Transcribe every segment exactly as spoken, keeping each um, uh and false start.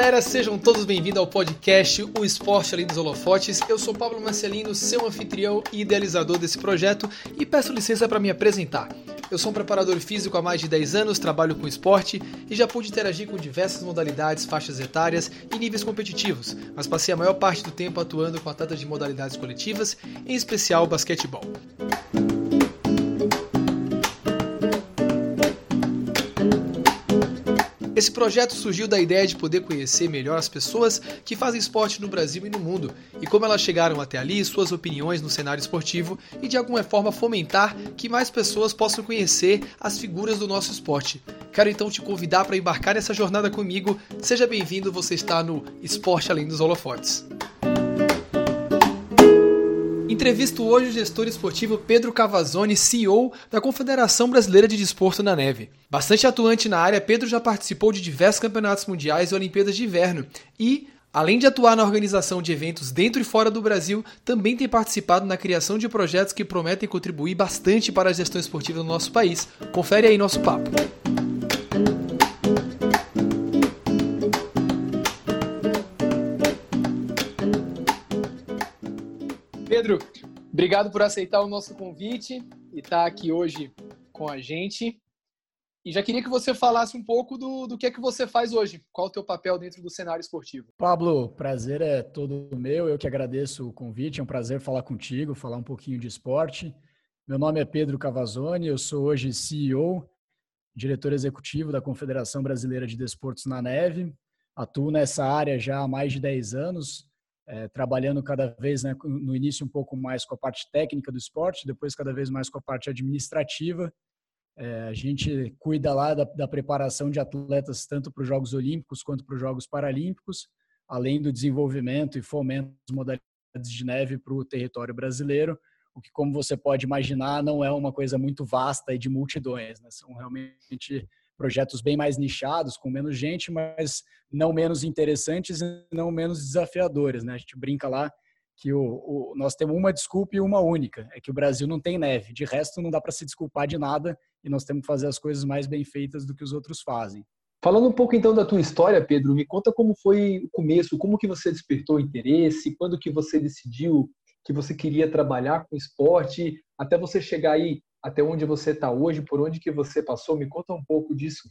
galera, sejam todos bem-vindos ao podcast O Esporte Além dos Holofotes. Eu sou Pablo Marcelino, seu anfitrião e idealizador desse projeto, e peço licença para me apresentar. Eu sou um preparador físico há mais de dez anos, trabalho com esporte e já pude interagir com diversas modalidades, faixas etárias e níveis competitivos, mas passei a maior parte do tempo atuando com atletas de modalidades coletivas, em especial basquetebol. Esse projeto surgiu da ideia de poder conhecer melhor as pessoas que fazem esporte no Brasil e no mundo, e como elas chegaram até ali, suas opiniões no cenário esportivo e de alguma forma fomentar que mais pessoas possam conhecer as figuras do nosso esporte. Quero então te convidar para embarcar nessa jornada comigo. Seja bem-vindo, você está no Esporte Além dos Holofotes. Entrevisto hoje o gestor esportivo Pedro Cavazzoni, C E O da Confederação Brasileira de Desporto na Neve. Bastante atuante na área, Pedro já participou de diversos campeonatos mundiais e Olimpíadas de Inverno e, além de atuar na organização de eventos dentro e fora do Brasil, também tem participado na criação de projetos que prometem contribuir bastante para a gestão esportiva do nosso país. Confere aí nosso papo. Pedro, obrigado por aceitar o nosso convite e estar aqui hoje com a gente. E já queria que você falasse um pouco do, do que é que você faz hoje. Qual é o teu papel dentro do cenário esportivo? Pablo, prazer é todo meu. Eu que agradeço o convite. É um prazer falar contigo, falar um pouquinho de esporte. Meu nome é Pedro Cavazzoni. Eu sou hoje C E O, diretor executivo da Confederação Brasileira de Desportos na Neve. Atuo nessa área já há mais de dez anos. É, trabalhando cada vez, né, no início um pouco mais com a parte técnica do esporte, depois cada vez mais com a parte administrativa. É, a gente cuida lá da, da preparação de atletas tanto para os Jogos Olímpicos quanto para os Jogos Paralímpicos, além do desenvolvimento e fomento das modalidades de neve para o território brasileiro, o que, como você pode imaginar, não é uma coisa muito vasta e de multidões, né? São realmente projetos bem mais nichados, com menos gente, mas não menos interessantes e não menos desafiadores, né? A gente brinca lá que o, o, nós temos uma desculpa e uma única, é que o Brasil não tem neve. De resto, não dá para se desculpar de nada e nós temos que fazer as coisas mais bem feitas do que os outros fazem. Falando um pouco então da tua história, Pedro, me conta como foi o começo, como que você despertou interesse, quando que você decidiu que você queria trabalhar com esporte, até você chegar aí até onde você está hoje, por onde que você passou? Me conta um pouco disso.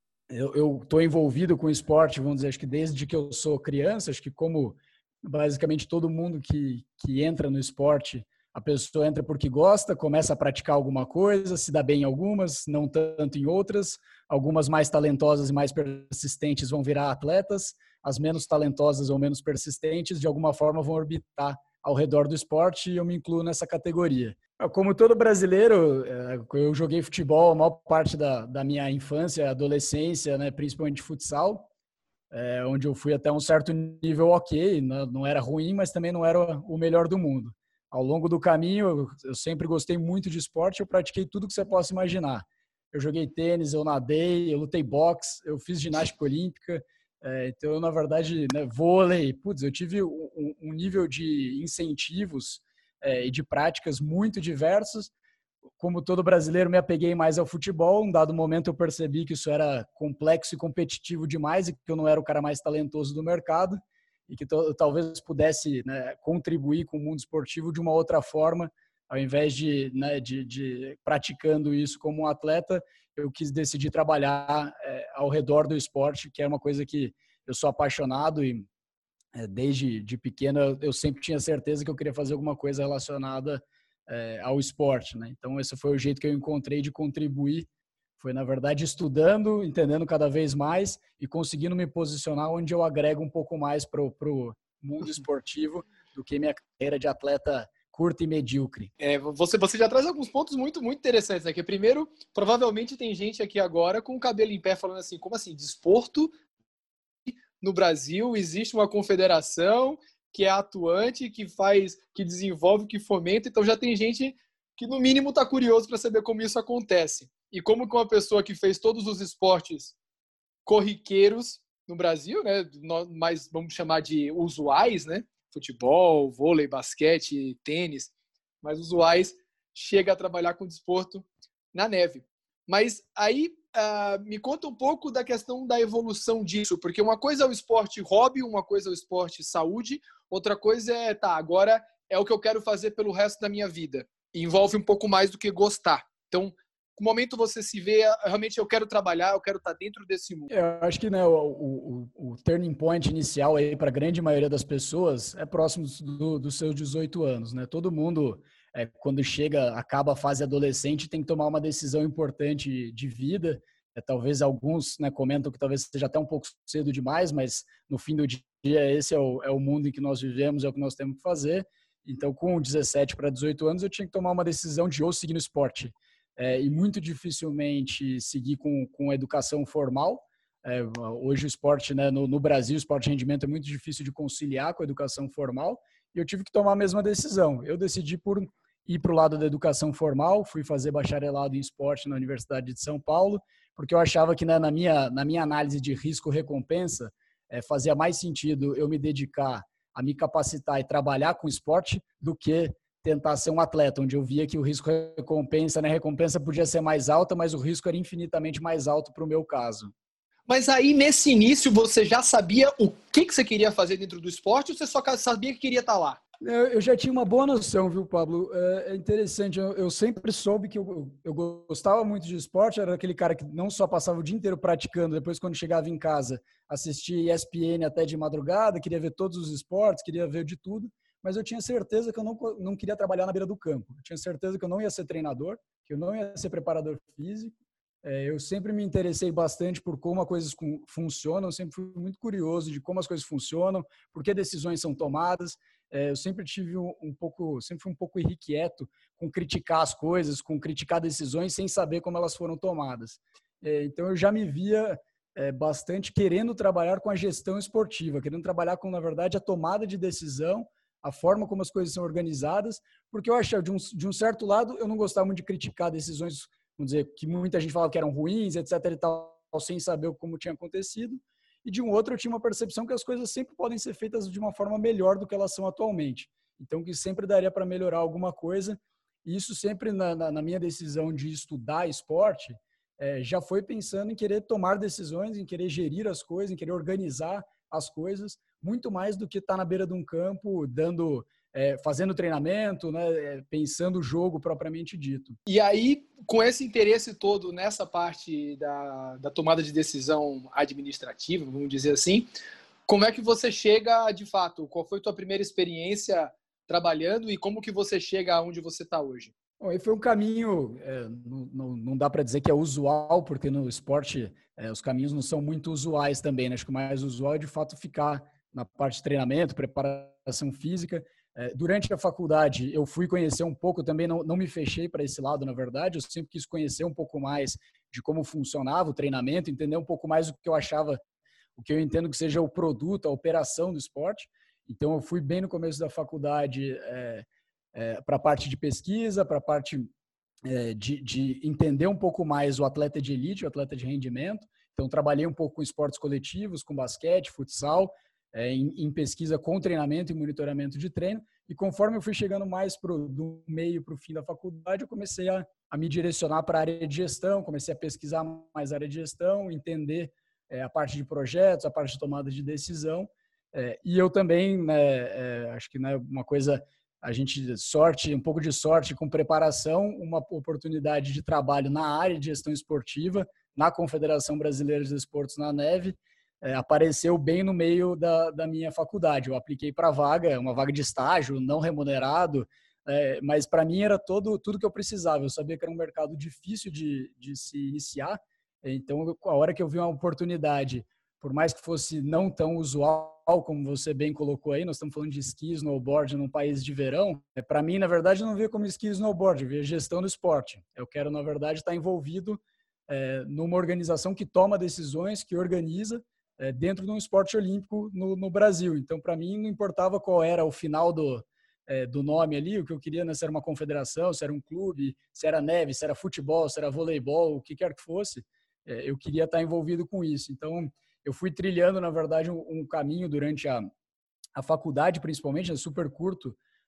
Eu estou envolvido com esporte, vamos dizer, acho que desde que eu sou criança, acho que como basicamente todo mundo que, que entra no esporte, a pessoa entra porque gosta, começa a praticar alguma coisa, se dá bem em algumas, não tanto em outras. Algumas mais talentosas e mais persistentes vão virar atletas, as menos talentosas ou menos persistentes, de alguma forma, vão orbitar ao redor do esporte e eu me incluo nessa categoria. Como todo brasileiro, eu joguei futebol a maior parte da, da minha infância, adolescência, né, principalmente futsal, é, onde eu fui até um certo nível ok, não, não era ruim, mas também não era o melhor do mundo. Ao longo do caminho, eu, eu sempre gostei muito de esporte, eu pratiquei tudo que você possa imaginar. Eu joguei tênis, eu nadei, eu lutei boxe, eu fiz ginástica olímpica, é, então eu, na verdade, né, vôlei, putz, eu tive um, um nível de incentivos é, e de práticas muito diversos. Como todo brasileiro, me apeguei mais ao futebol. Um dado momento eu percebi que isso era complexo e competitivo demais e que eu não era o cara mais talentoso do mercado e que eu talvez pudesse, né, contribuir com o mundo esportivo de uma outra forma, ao invés de, né, de, de praticando isso como um atleta, eu quis decidir trabalhar é, ao redor do esporte, que é uma coisa que eu sou apaixonado e é, desde de pequeno eu, eu sempre tinha certeza que eu queria fazer alguma coisa relacionada é, ao esporte, né? Então esse foi o jeito que eu encontrei de contribuir, foi na verdade estudando, entendendo cada vez mais e conseguindo me posicionar onde eu agrego um pouco mais para o mundo esportivo do que minha carreira de atleta curta e medíocre. É, você, você já traz alguns pontos muito, muito interessantes, né? Que primeiro, provavelmente tem gente aqui agora com o cabelo em pé falando assim, como assim, desporto no Brasil, existe uma confederação que é atuante, que faz, que desenvolve, que fomenta, então já tem gente que no mínimo está curioso para saber como isso acontece. E como que uma pessoa que fez todos os esportes corriqueiros no Brasil, né, mais vamos chamar de usuais, né, futebol, vôlei, basquete, tênis, mais usuais, chega a trabalhar com desporto na neve. Mas aí uh, me conta um pouco da questão da evolução disso, porque uma coisa é o esporte hobby, uma coisa é o esporte saúde, outra coisa é, tá, agora é o que eu quero fazer pelo resto da minha vida. E envolve um pouco mais do que gostar. Então, no momento você se vê, realmente eu quero trabalhar, eu quero estar dentro desse mundo. Eu acho que, né, o, o, o turning point inicial aí para a grande maioria das pessoas é próximo do, dos seus dezoito anos, né? Todo mundo, é, quando chega, acaba a fase adolescente, tem que tomar uma decisão importante de vida. É, talvez alguns, né, comentam que talvez seja até um pouco cedo demais, mas no fim do dia esse é o, é o mundo em que nós vivemos, é o que nós temos que fazer. Então, com dezessete para dezoito anos, eu tinha que tomar uma decisão de ou seguir no esporte é, e muito dificilmente seguir com, com a educação formal. É, hoje o esporte, né, no, no Brasil, o esporte de rendimento é muito difícil de conciliar com a educação formal e eu tive que tomar a mesma decisão. Eu decidi por ir para o lado da educação formal, fui fazer bacharelado em esporte na Universidade de São Paulo, porque eu achava que, né, na, minha, na minha análise de risco-recompensa, é, fazia mais sentido eu me dedicar a me capacitar e trabalhar com esporte do que tentar ser um atleta, onde eu via que o risco-recompensa, né, a recompensa podia ser mais alta, mas o risco era infinitamente mais alto para o meu caso. Mas aí, nesse início, você já sabia o que, que você queria fazer dentro do esporte ou você só sabia que queria estar lá? Eu já tinha uma boa noção, viu, Pablo? É interessante, eu sempre soube que eu, eu gostava muito de esporte, era aquele cara que não só passava o dia inteiro praticando, depois quando chegava em casa, assistia E S P N até de madrugada, queria ver todos os esportes, queria ver de tudo, mas eu tinha certeza que eu não, não queria trabalhar na beira do campo. Eu tinha certeza que eu não ia ser treinador, que eu não ia ser preparador físico. É, eu sempre me interessei bastante por como as coisas funcionam, eu sempre fui muito curioso de como as coisas funcionam, por que decisões são tomadas. É, eu sempre tive um, um pouco, sempre fui um pouco irrequieto com criticar as coisas, com criticar decisões sem saber como elas foram tomadas. É, então eu já me via é, bastante querendo trabalhar com a gestão esportiva, querendo trabalhar com, na verdade, a tomada de decisão, a forma como as coisas são organizadas, porque eu achava, de um, de um certo lado, eu não gostava muito de criticar decisões, vamos dizer, que muita gente falava que eram ruins, etc e tal, sem saber como tinha acontecido. E de um outro eu tinha uma percepção que as coisas sempre podem ser feitas de uma forma melhor do que elas são atualmente. Então, que sempre daria para melhorar alguma coisa. E isso sempre na, na, na minha decisão de estudar esporte, é, já foi pensando em querer tomar decisões, em querer gerir as coisas, em querer organizar as coisas, muito mais do que estar na beira de um campo, dando, é, fazendo treinamento, né, pensando o jogo propriamente dito. E aí, com esse interesse todo nessa parte da, da tomada de decisão administrativa, vamos dizer assim, como é que você chega, de fato, qual foi a tua primeira experiência trabalhando e como que você chega aonde você está hoje? Bom, e foi um caminho, é, não, não, não dá para dizer que é usual, porque no esporte é, os caminhos não são muito usuais também, né? Acho que o mais usual é, de fato, ficar na parte de treinamento, preparação física. É, durante a faculdade, eu fui conhecer um pouco, também não, não me fechei para esse lado, na verdade, eu sempre quis conhecer um pouco mais de como funcionava o treinamento, entender um pouco mais do que eu achava, o que eu entendo que seja o produto, a operação do esporte. Então, eu fui bem no começo da faculdade é, é, para a parte de pesquisa, para a parte é, de, de entender um pouco mais o atleta de elite, o atleta de rendimento. Então, trabalhei um pouco com esportes coletivos, com basquete, futsal, É, em, em pesquisa com treinamento e monitoramento de treino, e conforme eu fui chegando mais pro, do meio para o fim da faculdade, eu comecei a, a me direcionar para a área de gestão, comecei a pesquisar mais a área de gestão, entender é, a parte de projetos, a parte de tomada de decisão, é, e eu também, né, é, acho que né, uma coisa, a gente, sorte, um pouco de sorte com preparação, uma oportunidade de trabalho na área de gestão esportiva, na Confederação Brasileira de Esportes na Neve, É, apareceu bem no meio da, da minha faculdade. Eu apliquei para a vaga, uma vaga de estágio, não remunerado, é, mas para mim era todo, tudo que eu precisava. Eu sabia que era um mercado difícil de, de se iniciar, então a hora que eu vi uma oportunidade, por mais que fosse não tão usual, como você bem colocou aí, nós estamos falando de esqui, snowboard num país de verão, é, para mim, na verdade, eu não via como esqui e snowboard, eu via gestão do esporte. Eu quero, na verdade, estar envolvido é, numa organização que toma decisões, que organiza, dentro de um esporte olímpico no, no Brasil. Então, para mim, não importava qual era o final do, é, do nome ali, o que eu queria, né, se era uma confederação, se era um clube, se era neve, se era futebol, se era voleibol, o que quer que fosse, é, eu queria estar envolvido com isso. Então, eu fui trilhando, na verdade, um, um caminho durante a, a faculdade, principalmente, é super curto,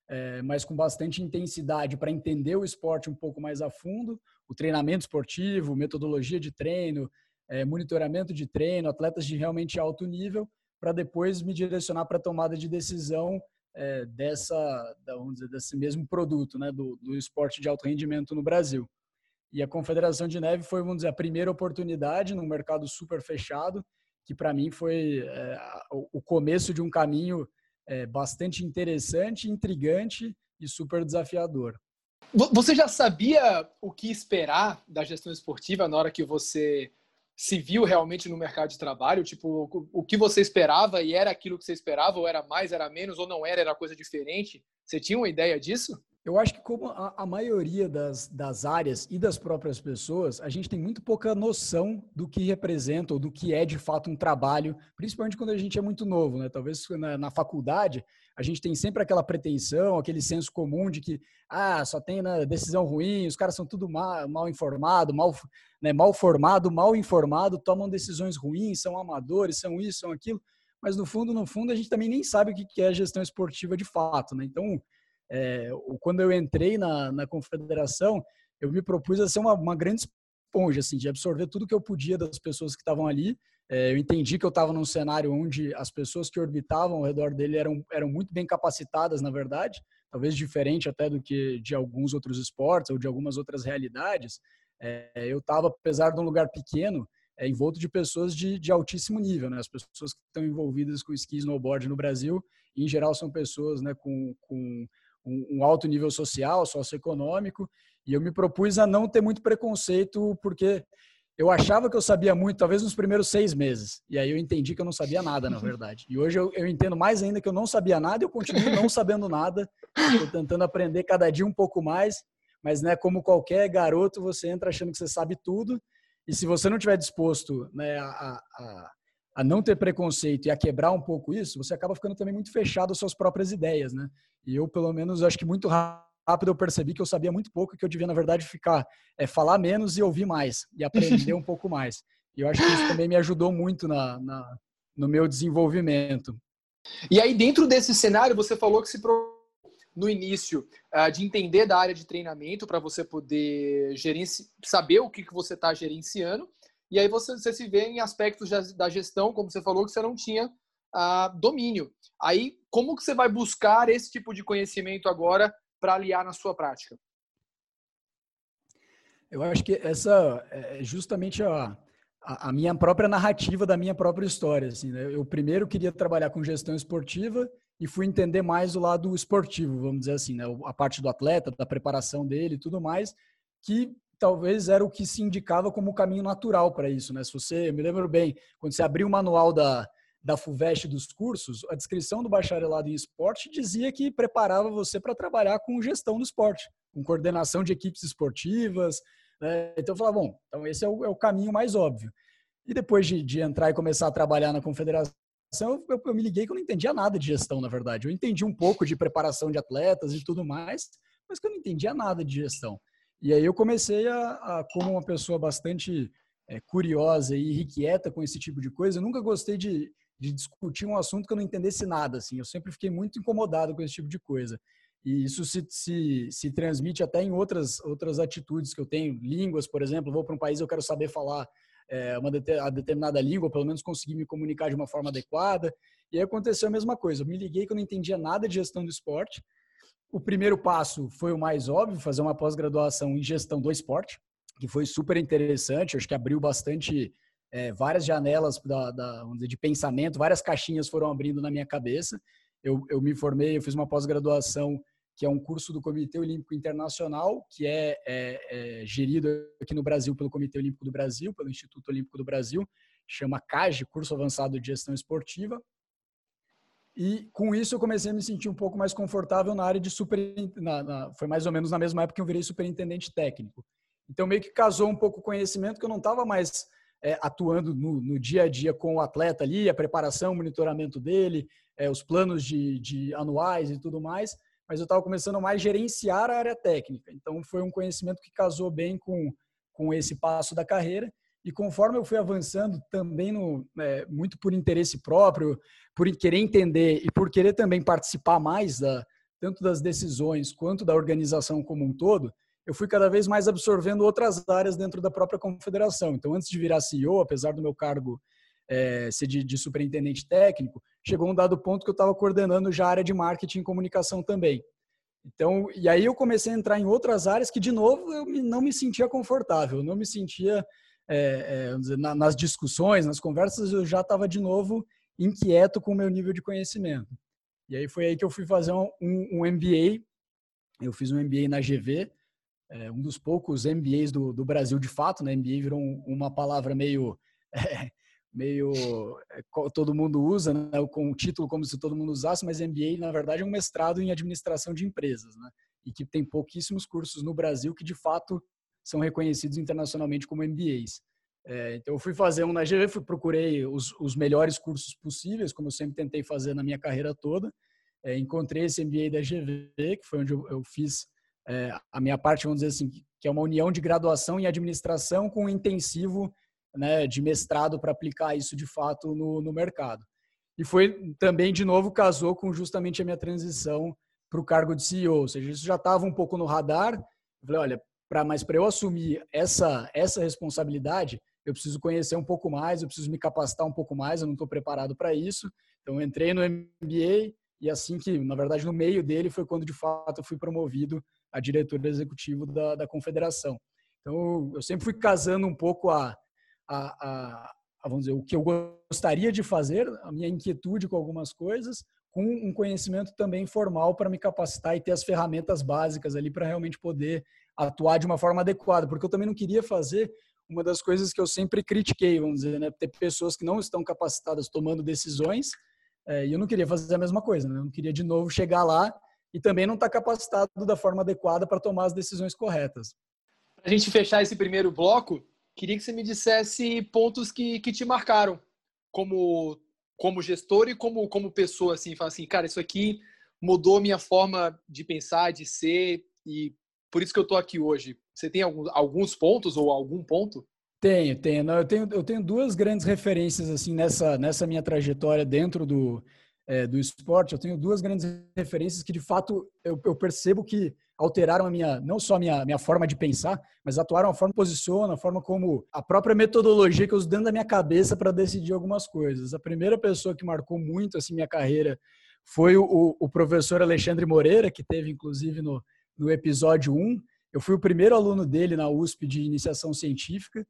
é, mas com bastante intensidade para entender o esporte um pouco mais a fundo, o treinamento esportivo, metodologia de treino, é, monitoramento de treino, atletas de realmente alto nível, para depois me direcionar para a tomada de decisão é, dessa, vamos dizer, desse mesmo produto, né, do, do esporte de alto rendimento no Brasil. E a Confederação de Neve foi, vamos dizer, a primeira oportunidade num mercado super fechado, que para mim foi é, o começo de um caminho é, bastante interessante, intrigante e super desafiador. Você já sabia o que esperar da gestão esportiva na hora que você se viu realmente no mercado de trabalho? Tipo, o que você esperava e era aquilo que você esperava, ou era mais, era menos, ou não era, era coisa diferente? Você tinha uma ideia disso? Eu acho que como a, a maioria das, das áreas e das próprias pessoas, a gente tem muito pouca noção do que representa ou do que é de fato um trabalho, principalmente quando a gente é muito novo, né? Talvez na, na faculdade a gente tem sempre aquela pretensão, aquele senso comum de que ah, só tem, né, decisão ruim, os caras são tudo mal, mal informado, mal, né, mal formado, mal informado, tomam decisões ruins, são amadores, são isso, são aquilo, mas no fundo, no fundo, a gente também nem sabe o que é gestão esportiva de fato, né? Então, É, quando eu entrei na, na confederação, eu me propus a ser uma, uma grande esponja, assim, de absorver tudo que eu podia das pessoas que estavam ali. É, eu entendi que eu estava num cenário onde as pessoas que orbitavam ao redor dele eram, eram muito bem capacitadas, na verdade, talvez diferente até do que de alguns outros esportes ou de algumas outras realidades. É, eu estava, apesar de um lugar pequeno, é, envolto de pessoas de, de altíssimo nível, né? As pessoas que estão envolvidas com esqui e snowboard no Brasil, em geral, são pessoas, né, com, com um alto nível social, socioeconômico, e eu me propus a não ter muito preconceito, porque eu achava que eu sabia muito, talvez nos primeiros seis meses, e aí eu entendi que eu não sabia nada, na verdade. E hoje eu, eu entendo mais ainda que eu não sabia nada, e eu continuo não sabendo nada, estou tentando aprender cada dia um pouco mais, mas, né, como qualquer garoto, você entra achando que você sabe tudo, e se você não estiver disposto, né, a, a a não ter preconceito e a quebrar um pouco isso, você acaba ficando também muito fechado às suas próprias ideias, né? E eu, pelo menos, acho que muito rápido eu percebi que eu sabia muito pouco, que eu devia, na verdade, ficar, é, falar menos e ouvir mais, e aprender um pouco mais. E eu acho que isso também me ajudou muito na, na, no meu desenvolvimento. E aí, dentro desse cenário, você falou que se no início uh, de entender da área de treinamento para você poder gerenci... saber o que, que você está gerenciando. E aí você, você se vê em aspectos da gestão, como você falou, que você não tinha uh, domínio. Aí, como que você vai buscar esse tipo de conhecimento agora para aliar na sua prática? Eu acho que essa é justamente a, a, a minha própria narrativa da minha própria história. Assim, né? Eu primeiro queria trabalhar com gestão esportiva e fui entender mais o lado esportivo, vamos dizer assim, né? A parte do atleta, da preparação dele e tudo mais, que talvez era o que se indicava como o caminho natural para isso, né? Se você, eu me lembro bem, quando você abriu o manual da, da FUVEST dos cursos, a descrição do bacharelado em esporte dizia que preparava você para trabalhar com gestão do esporte, com coordenação de equipes esportivas, né? Então eu falava, bom, então esse é o, é o caminho mais óbvio. E depois de, de entrar e começar a trabalhar na confederação, eu, eu, eu me liguei que eu não entendia nada de gestão, na verdade. Eu entendi um pouco de preparação de atletas e tudo mais, mas que eu não entendia nada de gestão. E aí eu comecei a, a como uma pessoa bastante é, curiosa e irrequieta com esse tipo de coisa, eu nunca gostei de, de discutir um assunto que eu não entendesse nada, assim. Eu sempre fiquei muito incomodado com esse tipo de coisa. E isso se, se, se transmite até em outras, outras atitudes que eu tenho. Línguas, por exemplo, vou para um país, eu quero saber falar é, uma a determinada língua, ou pelo menos conseguir me comunicar de uma forma adequada. E aí aconteceu a mesma coisa. Eu me liguei que eu não entendia nada de gestão do esporte. O primeiro passo foi o mais óbvio, fazer uma pós-graduação em gestão do esporte, que foi super interessante, acho que abriu bastante, é, várias janelas da, da, vamos dizer, de pensamento, várias caixinhas foram abrindo na minha cabeça. Eu, eu me formei, eu fiz uma pós-graduação que é um curso do Comitê Olímpico Internacional, que é, é, é gerido aqui no Brasil pelo Comitê Olímpico do Brasil, pelo Instituto Olímpico do Brasil, chama CAGE, Curso Avançado de Gestão Esportiva. E com isso eu comecei a me sentir um pouco mais confortável na área de super... Na, na, foi mais ou menos na mesma época que eu virei superintendente técnico. Então meio que casou um pouco o conhecimento, que eu não estava mais é, atuando no, no dia a dia com o atleta ali, a preparação, o monitoramento dele, é, os planos de, de anuais e tudo mais, mas eu estava começando mais a gerenciar a área técnica. Então foi um conhecimento que casou bem com, com esse passo da carreira. E conforme eu fui avançando, também no, é, muito por interesse próprio, por querer entender e por querer também participar mais da, tanto das decisões quanto da organização como um todo, eu fui cada vez mais absorvendo outras áreas dentro da própria confederação. Então, antes de virar C E O, apesar do meu cargo é, ser de, de superintendente técnico, chegou um dado ponto que eu estava coordenando já a área de marketing e comunicação também. Então, e aí eu comecei a entrar em outras áreas que, de novo, eu não me sentia confortável, eu não me sentia, é, é, vamos dizer, na, nas discussões, nas conversas, eu já estava de novo inquieto com o meu nível de conhecimento. E aí foi aí que eu fui fazer um, um M B A, eu fiz um M B A na G V, é, um dos poucos M B As do, do Brasil de fato, né? M B A virou um, uma palavra meio... É, meio todo mundo usa, né, com o título como se todo mundo usasse, mas M B A, na verdade, é um mestrado em administração de empresas, né, e que tem pouquíssimos cursos no Brasil que, de fato, são reconhecidos internacionalmente como M B As. É, então, eu fui fazer um na G V, fui, procurei os, os melhores cursos possíveis, como eu sempre tentei fazer na minha carreira toda, é, encontrei esse M B A da G V, que foi onde eu, eu fiz é, a minha parte, vamos dizer assim, que é uma união de graduação em administração com um intensivo, né, de mestrado para aplicar isso de fato no, no mercado. E foi também, de novo, casou com justamente a minha transição para o cargo de C E O, ou seja, isso já estava um pouco no radar. Eu falei, olha, pra, mas para eu assumir essa, essa responsabilidade, eu preciso conhecer um pouco mais, eu preciso me capacitar um pouco mais, eu não estou preparado para isso. Então, eu entrei no M B A e assim que, na verdade, no meio dele foi quando, de fato, eu fui promovido a diretor executivo da, da confederação. Então, eu sempre fui casando um pouco a A, a, a, vamos dizer, o que eu gostaria de fazer, a minha inquietude com algumas coisas, com um conhecimento também formal para me capacitar e ter as ferramentas básicas ali para realmente poder atuar de uma forma adequada, porque eu também não queria fazer uma das coisas que eu sempre critiquei, vamos dizer, né? Ter pessoas que não estão capacitadas tomando decisões, é, e eu não queria fazer a mesma coisa, né? Eu não queria de novo chegar lá e também não estar capacitado da forma adequada para tomar as decisões corretas. Para a gente fechar esse primeiro bloco, queria que você me dissesse pontos que, que te marcaram como, como gestor e como, como pessoa, assim, fala assim, cara, isso aqui mudou minha forma de pensar, de ser, e por isso que eu estou aqui hoje. Você tem alguns, alguns pontos ou algum ponto? Tenho, tenho. Não, eu tenho, eu tenho duas grandes referências assim nessa, nessa minha trajetória dentro do, é, do esporte. Eu tenho duas grandes referências que, de fato, eu, eu percebo que alteraram a minha, não só a minha, minha forma de pensar, mas atuaram a forma que posiciona, a forma como a própria metodologia que eu uso dentro da minha cabeça para decidir algumas coisas. A primeira pessoa que marcou muito assim minha carreira foi o, o professor Alexandre Moreira, que teve inclusive no, no episódio um. Eu fui o primeiro aluno dele na U S P de iniciação científica.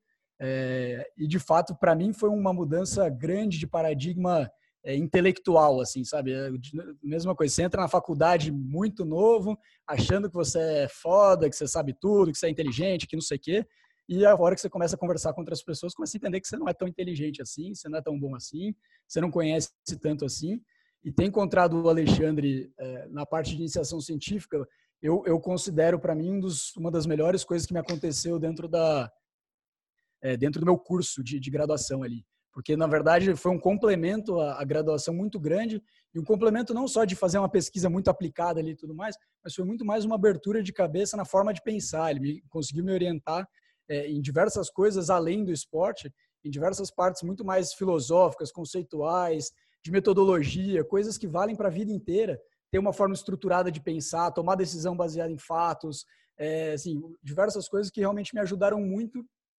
É, e de fato, para mim, foi uma mudança grande de paradigma é, intelectual, assim, sabe? É, mesma coisa, você entra na faculdade muito novo, achando que você é foda, que você sabe tudo, que você é inteligente, que não sei o quê, e a hora que você começa a conversar com outras pessoas, começa a entender que você não é tão inteligente assim, você não é tão bom assim, você não conhece tanto assim. E ter encontrado o Alexandre é, na parte de iniciação científica, eu, eu considero, para mim, um dos, uma das melhores coisas que me aconteceu dentro da É, dentro do meu curso de, de graduação ali. Porque, na verdade, foi um complemento à, à graduação muito grande e um complemento não só de fazer uma pesquisa muito aplicada ali e tudo mais, mas foi muito mais uma abertura de cabeça na forma de pensar. Ele me, conseguiu me orientar é, em diversas coisas além do esporte, em diversas partes muito mais filosóficas, conceituais, de metodologia, coisas que valem para a vida inteira. Ter uma forma estruturada de pensar, tomar decisão baseada em fatos, é, assim, diversas coisas que realmente me ajudaram muito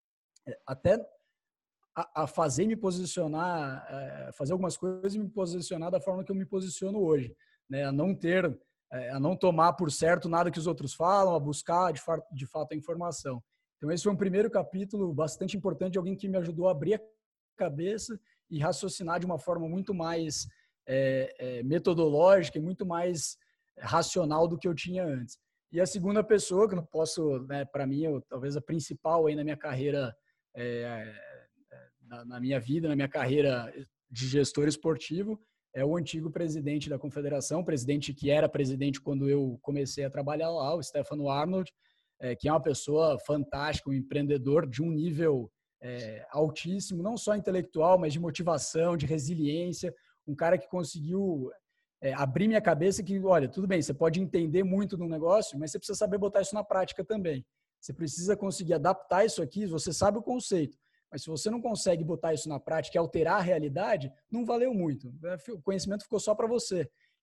até a, a fazer me posicionar, é, fazer algumas coisas e me posicionar da forma que eu me posiciono hoje, né? A não ter, é, a não tomar por certo nada que os outros falam, a buscar de, fa de fato a informação. Então esse foi um primeiro capítulo bastante importante de alguém que me ajudou a abrir a cabeça e raciocinar de uma forma muito mais é, é, metodológica e muito mais racional do que eu tinha antes. E a segunda pessoa, que eu não posso, né, para mim, eu, talvez a principal aí na minha carreira, é, na, na minha vida, na minha carreira de gestor esportivo, é o antigo presidente da confederação, presidente que era presidente quando eu comecei a trabalhar lá, o Stefano Arnold, é, que é uma pessoa fantástica, um empreendedor de um nível é, altíssimo, não só intelectual, mas de motivação, de resiliência, um cara que conseguiu é, abrir minha cabeça que, olha, tudo bem, você pode entender muito do negócio, mas você precisa saber botar isso na prática também. Você precisa conseguir adaptar isso aqui, você sabe o conceito, mas se você não consegue botar isso na prática e alterar a realidade, não valeu muito. O conhecimento ficou só para você.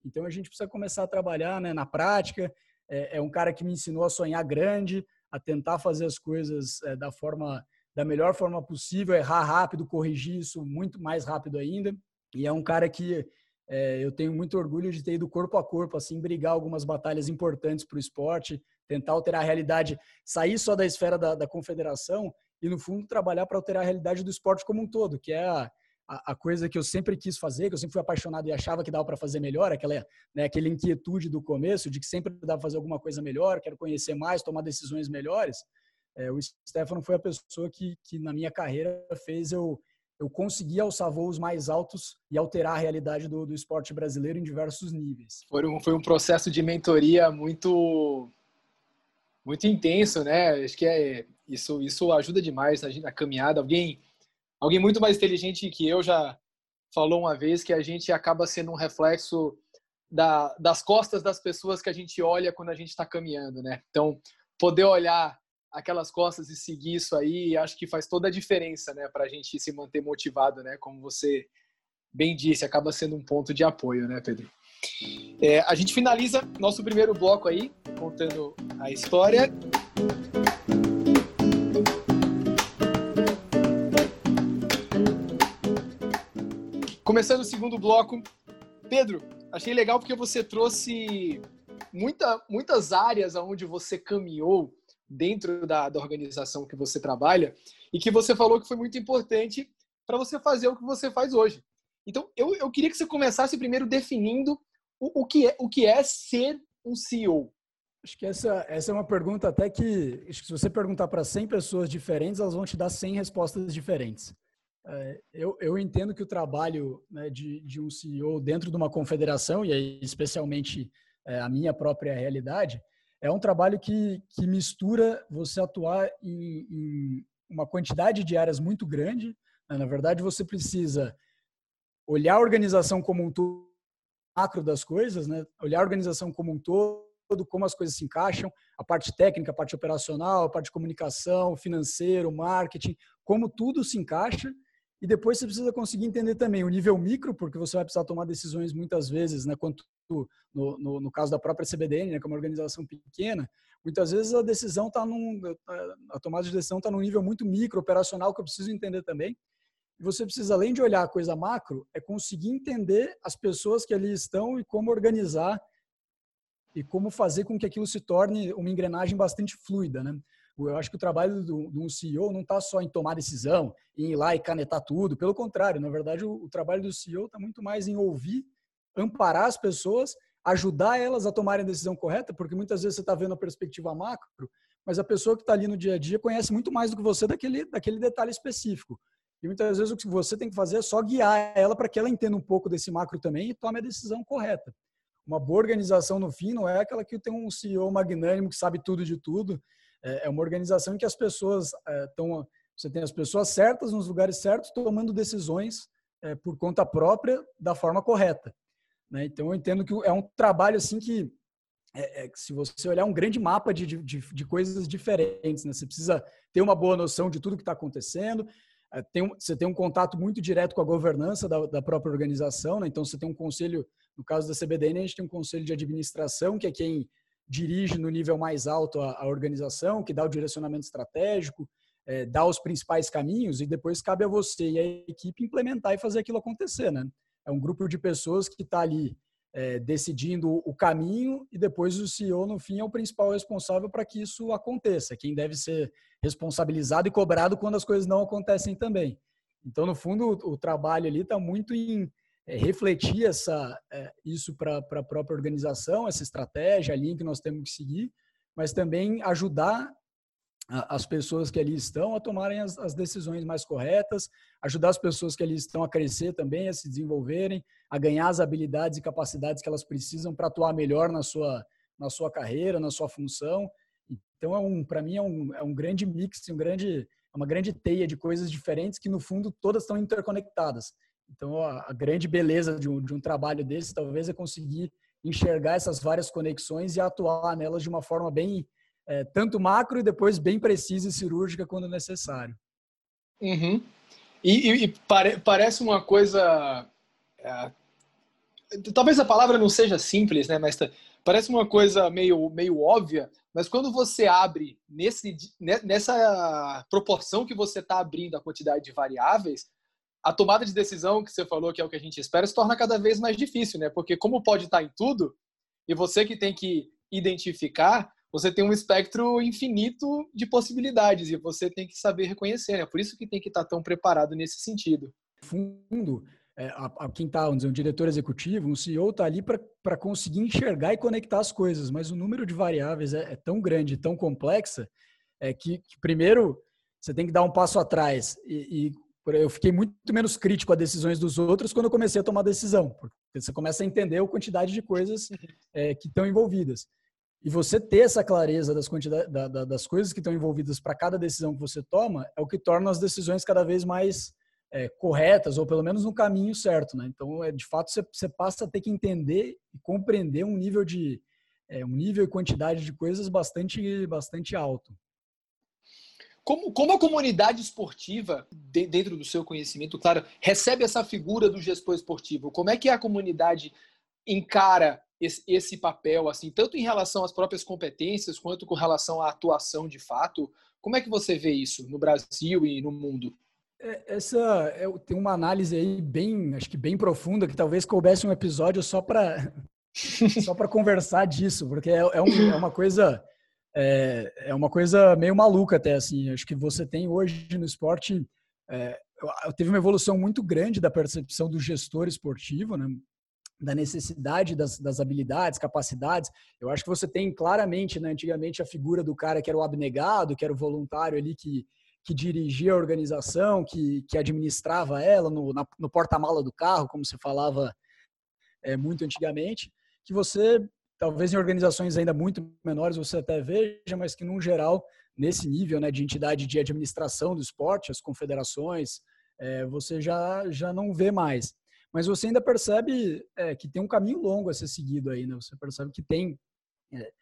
Então, a gente precisa começar a trabalhar, né, na prática. É, é um cara que me ensinou a sonhar grande, a tentar fazer as coisas é, da forma, da melhor forma possível, errar rápido, corrigir isso muito mais rápido ainda. E é um cara que é, eu tenho muito orgulho de ter ido corpo a corpo, assim, brigar algumas batalhas importantes para o esporte, tentar alterar a realidade, sair só da esfera da, da confederação e, no fundo, trabalhar para alterar a realidade do esporte como um todo, que é a, a, a coisa que eu sempre quis fazer, que eu sempre fui apaixonado e achava que dava para fazer melhor, aquela, né, aquela inquietude do começo, de que sempre dava para fazer alguma coisa melhor, quero conhecer mais, tomar decisões melhores. É, o Stefano foi a pessoa que, que, na minha carreira, fez eu eu consegui alçar voos mais altos e alterar a realidade do, do esporte brasileiro em diversos níveis. Foi um, foi um processo de mentoria muito, muito intenso, né? Acho que é, isso, isso ajuda demais na, na caminhada. Alguém, alguém muito mais inteligente que eu já falou uma vez que a gente acaba sendo um reflexo da, das costas das pessoas que a gente olha quando a gente está caminhando, né? Então, poder olhar aquelas costas e seguir isso aí, acho que faz toda a diferença, né, para a gente se manter motivado, né, como você bem disse, acaba sendo um ponto de apoio, né, Pedro? É, a gente finaliza nosso primeiro bloco aí, contando a história. Começando o segundo bloco, Pedro, achei legal porque você trouxe muita, muitas áreas onde você caminhou dentro da, da organização que você trabalha e que você falou que foi muito importante para você fazer o que você faz hoje. Então, eu, eu queria que você começasse primeiro definindo o, o, que, é, o que é ser um C E O. Acho que essa, essa é uma pergunta até que, acho que se você perguntar para cem pessoas diferentes, elas vão te dar cem respostas diferentes. É, eu, eu entendo que o trabalho, né, de, de um C E O dentro de uma confederação, e aí especialmente é, a minha própria realidade, é um trabalho que, que mistura você atuar em, em uma quantidade de áreas muito grande. Né? Na verdade, você precisa olhar a organização como um todo, macro das coisas, né? Olhar a organização como um todo, como as coisas se encaixam, a parte técnica, a parte operacional, a parte de comunicação, financeiro, marketing, como tudo se encaixa. E depois você precisa conseguir entender também o nível micro, porque você vai precisar tomar decisões muitas vezes, né? Quanto no, no, no caso da própria C B D N, né? Que é uma organização pequena, muitas vezes a decisão está num, a tomada de decisão está num nível muito micro, operacional, que eu preciso entender também. E você precisa, além de olhar a coisa macro, é conseguir entender as pessoas que ali estão e como organizar e como fazer com que aquilo se torne uma engrenagem bastante fluida, né? Eu acho que o trabalho de um C E O não está só em tomar decisão, em ir lá e canetar tudo. Pelo contrário, na verdade, o, o trabalho do C E O está muito mais em ouvir, amparar as pessoas, ajudar elas a tomarem a decisão correta, porque muitas vezes você está vendo a perspectiva macro, mas a pessoa que está ali no dia a dia conhece muito mais do que você daquele, daquele detalhe específico. E muitas vezes o que você tem que fazer é só guiar ela para que ela entenda um pouco desse macro também e tome a decisão correta. Uma boa organização, no fim, não é aquela que tem um C E O magnânimo que sabe tudo de tudo. É uma organização em que as pessoas estão... Você tem as pessoas certas nos lugares certos, tomando decisões é, por conta própria da forma correta. Né? Então, eu entendo que é um trabalho assim que, é, é, se você olhar, um grande mapa de, de, de coisas diferentes. Né? Você precisa ter uma boa noção de tudo que está acontecendo. É, tem um, você tem um contato muito direto com a governança da, da própria organização. Né? Então, você tem um conselho, no caso da C B D N, a gente tem um conselho de administração, que é quem dirige no nível mais alto a, a organização, que dá o direcionamento estratégico, é, dá os principais caminhos, e depois cabe a você e a equipe implementar e fazer aquilo acontecer. Né? É um grupo de pessoas que está ali é, decidindo o caminho, e depois o C E O, no fim, é o principal responsável para que isso aconteça, quem deve ser responsabilizado e cobrado quando as coisas não acontecem também. Então, no fundo, o, o trabalho ali está muito em é, refletir essa, é, isso para a própria organização, essa estratégia, a linha que nós temos que seguir, mas também ajudar a, as pessoas que ali estão a tomarem as, as decisões mais corretas, ajudar as pessoas que ali estão a crescer também, a se desenvolverem, a ganhar as habilidades e capacidades que elas precisam para atuar melhor na sua, na sua carreira, na sua função. Então, é um, para mim, é um, é um grande mix, um grande, uma grande teia de coisas diferentes que, no fundo, todas estão interconectadas. Então, a, a grande beleza de um, de um trabalho desse, talvez, é conseguir enxergar essas várias conexões e atuar nelas de uma forma bem, é, tanto macro e depois bem precisa e cirúrgica quando necessário. Uhum. E, e, e pare, parece uma coisa... É, talvez a palavra não seja simples, né? Mas parece uma coisa meio, meio óbvia, mas quando você abre nesse, nessa proporção que você está abrindo a quantidade de variáveis, a tomada de decisão que você falou, que é o que a gente espera, se torna cada vez mais difícil, né? Porque como pode estar em tudo, e você que tem que identificar, você tem um espectro infinito de possibilidades e você tem que saber reconhecer, né? Por isso que tem que estar tão preparado nesse sentido. Fundo, é, a, a, quem está, vamos dizer, um diretor executivo, um C E O está ali para conseguir enxergar e conectar as coisas, mas o número de variáveis é, é tão grande, tão complexa, é que, que primeiro você tem que dar um passo atrás e, e eu fiquei muito menos crítico a decisões dos outros quando eu comecei a tomar decisão, porque você começa a entender a quantidade de coisas é, que estão envolvidas. E você ter essa clareza das, quantidade, da, da, das coisas que estão envolvidas para cada decisão que você toma é o que torna as decisões cada vez mais é, corretas, ou pelo menos no caminho certo, né? Então, é, de fato, você, você passa a ter que entender e compreender um nível de é, um nível e quantidade de coisas bastante, bastante alto. Como, como a comunidade esportiva, de, dentro do seu conhecimento, claro, recebe essa figura do gestor esportivo? Como é que a comunidade encara esse, esse papel, assim, tanto em relação às próprias competências, quanto com relação à atuação de fato? Como é que você vê isso no Brasil e no mundo? Essa é, tem uma análise aí bem, acho que bem profunda, que talvez coubesse um episódio só para só para conversar disso, porque é, é, um, é uma coisa... É, é uma coisa meio maluca até, assim. Acho que você tem hoje no esporte, é, teve uma evolução muito grande da percepção do gestor esportivo, né? Da necessidade das, das habilidades, capacidades. Eu acho que você tem claramente, né, antigamente, a figura do cara que era o abnegado, que era o voluntário ali que, que dirigia a organização, que, que administrava ela no, na, no porta-mala do carro, como se falava é, muito antigamente, que você... talvez em organizações ainda muito menores você até veja, mas que, no geral, nesse nível, né, de entidade de administração do esporte, as confederações, é, você já, já não vê mais. Mas você ainda percebe é, que tem um caminho longo a ser seguido aí, né? Você percebe que tem... É,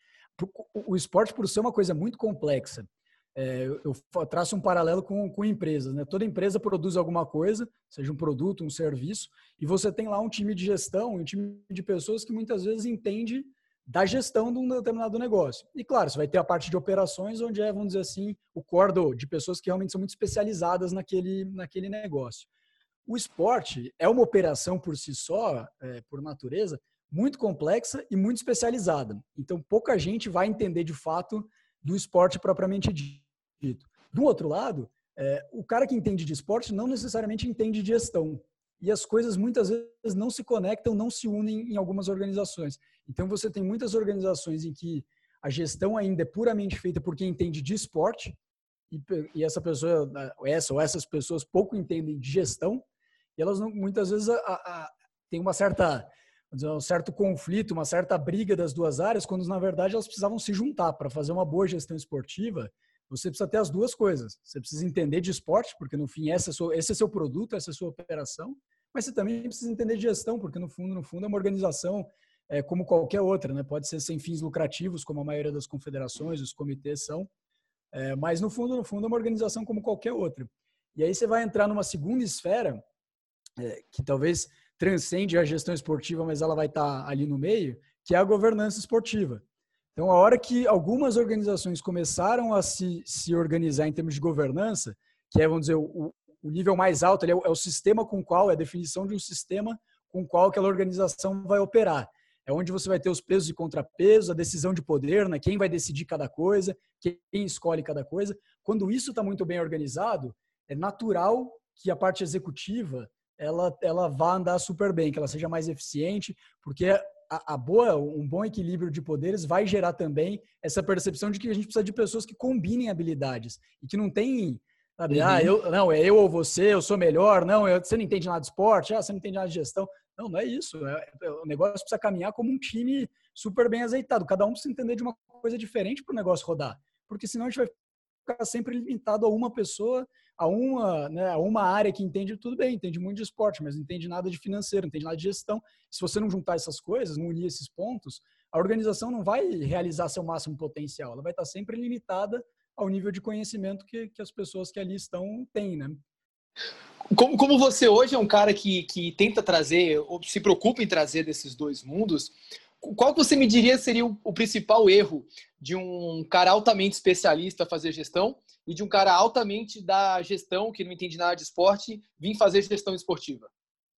o esporte, por ser uma coisa muito complexa, é, eu traço um paralelo com, com empresas, né? Toda empresa produz alguma coisa, seja um produto, um serviço, e você tem lá um time de gestão, um time de pessoas que muitas vezes entende da gestão de um determinado negócio. E claro, você vai ter a parte de operações, onde é, vamos dizer assim, o core de pessoas que realmente são muito especializadas naquele, naquele negócio. O esporte é uma operação por si só, é, por natureza, muito complexa e muito especializada. Então, pouca gente vai entender de fato do esporte propriamente dito. Do outro lado, é, o cara que entende de esporte não necessariamente entende de gestão. E as coisas muitas vezes não se conectam, não se unem em algumas organizações. Então, você tem muitas organizações em que a gestão ainda é puramente feita por quem entende de esporte, e, e essa pessoa, essa ou essas pessoas pouco entendem de gestão, e elas não, muitas vezes a, a, tem uma certa, um certo conflito, uma certa briga das duas áreas, quando na verdade elas precisavam se juntar. Para fazer uma boa gestão esportiva, você precisa ter as duas coisas. Você precisa entender de esporte, porque no fim esse é, seu, esse é seu produto, essa é a sua operação, mas você também precisa entender de gestão, porque no fundo, no fundo é uma organização é, como qualquer outra, né? Pode ser sem fins lucrativos, como a maioria das confederações, os comitês são, é, mas no fundo, no fundo é uma organização como qualquer outra. E aí você vai entrar numa segunda esfera, é, que talvez transcende a gestão esportiva, mas ela vai estar ali no meio, que é a governança esportiva. Então, a hora que algumas organizações começaram a se, se organizar em termos de governança, que é, vamos dizer, o, o nível mais alto, é o, é o sistema com qual, é a definição de um sistema com qual aquela organização vai operar. É onde você vai ter os pesos e contrapesos, a decisão de poder, né? Quem vai decidir cada coisa, quem escolhe cada coisa. Quando isso está muito bem organizado, é natural que a parte executiva ela, ela vá andar super bem, que ela seja mais eficiente, porque a, a boa, um bom equilíbrio de poderes vai gerar também essa percepção de que a gente precisa de pessoas que combinem habilidades e que não tem, sabe, uhum. ah, eu, não, é eu ou você, eu sou melhor, não, eu, você não entende nada de esporte, ah, você não entende nada de gestão. Não, não é isso. É, é, o negócio precisa caminhar como um time super bem azeitado. Cada um precisa entender de uma coisa diferente para o negócio rodar, porque senão a gente vai ficar sempre limitado a uma pessoa, a uma, né, a uma área que entende tudo bem, entende muito de esporte, mas não entende nada de financeiro, não entende nada de gestão. Se você não juntar essas coisas, não unir esses pontos, a organização não vai realizar seu máximo potencial. Ela vai estar sempre limitada ao nível de conhecimento que, que as pessoas que ali estão têm, né? Como, como você hoje é um cara que, que tenta trazer, ou se preocupa em trazer desses dois mundos, qual que você me diria seria o, o principal erro de um cara altamente especialista fazer gestão e de um cara altamente da gestão, que não entende nada de esporte, vir fazer gestão esportiva?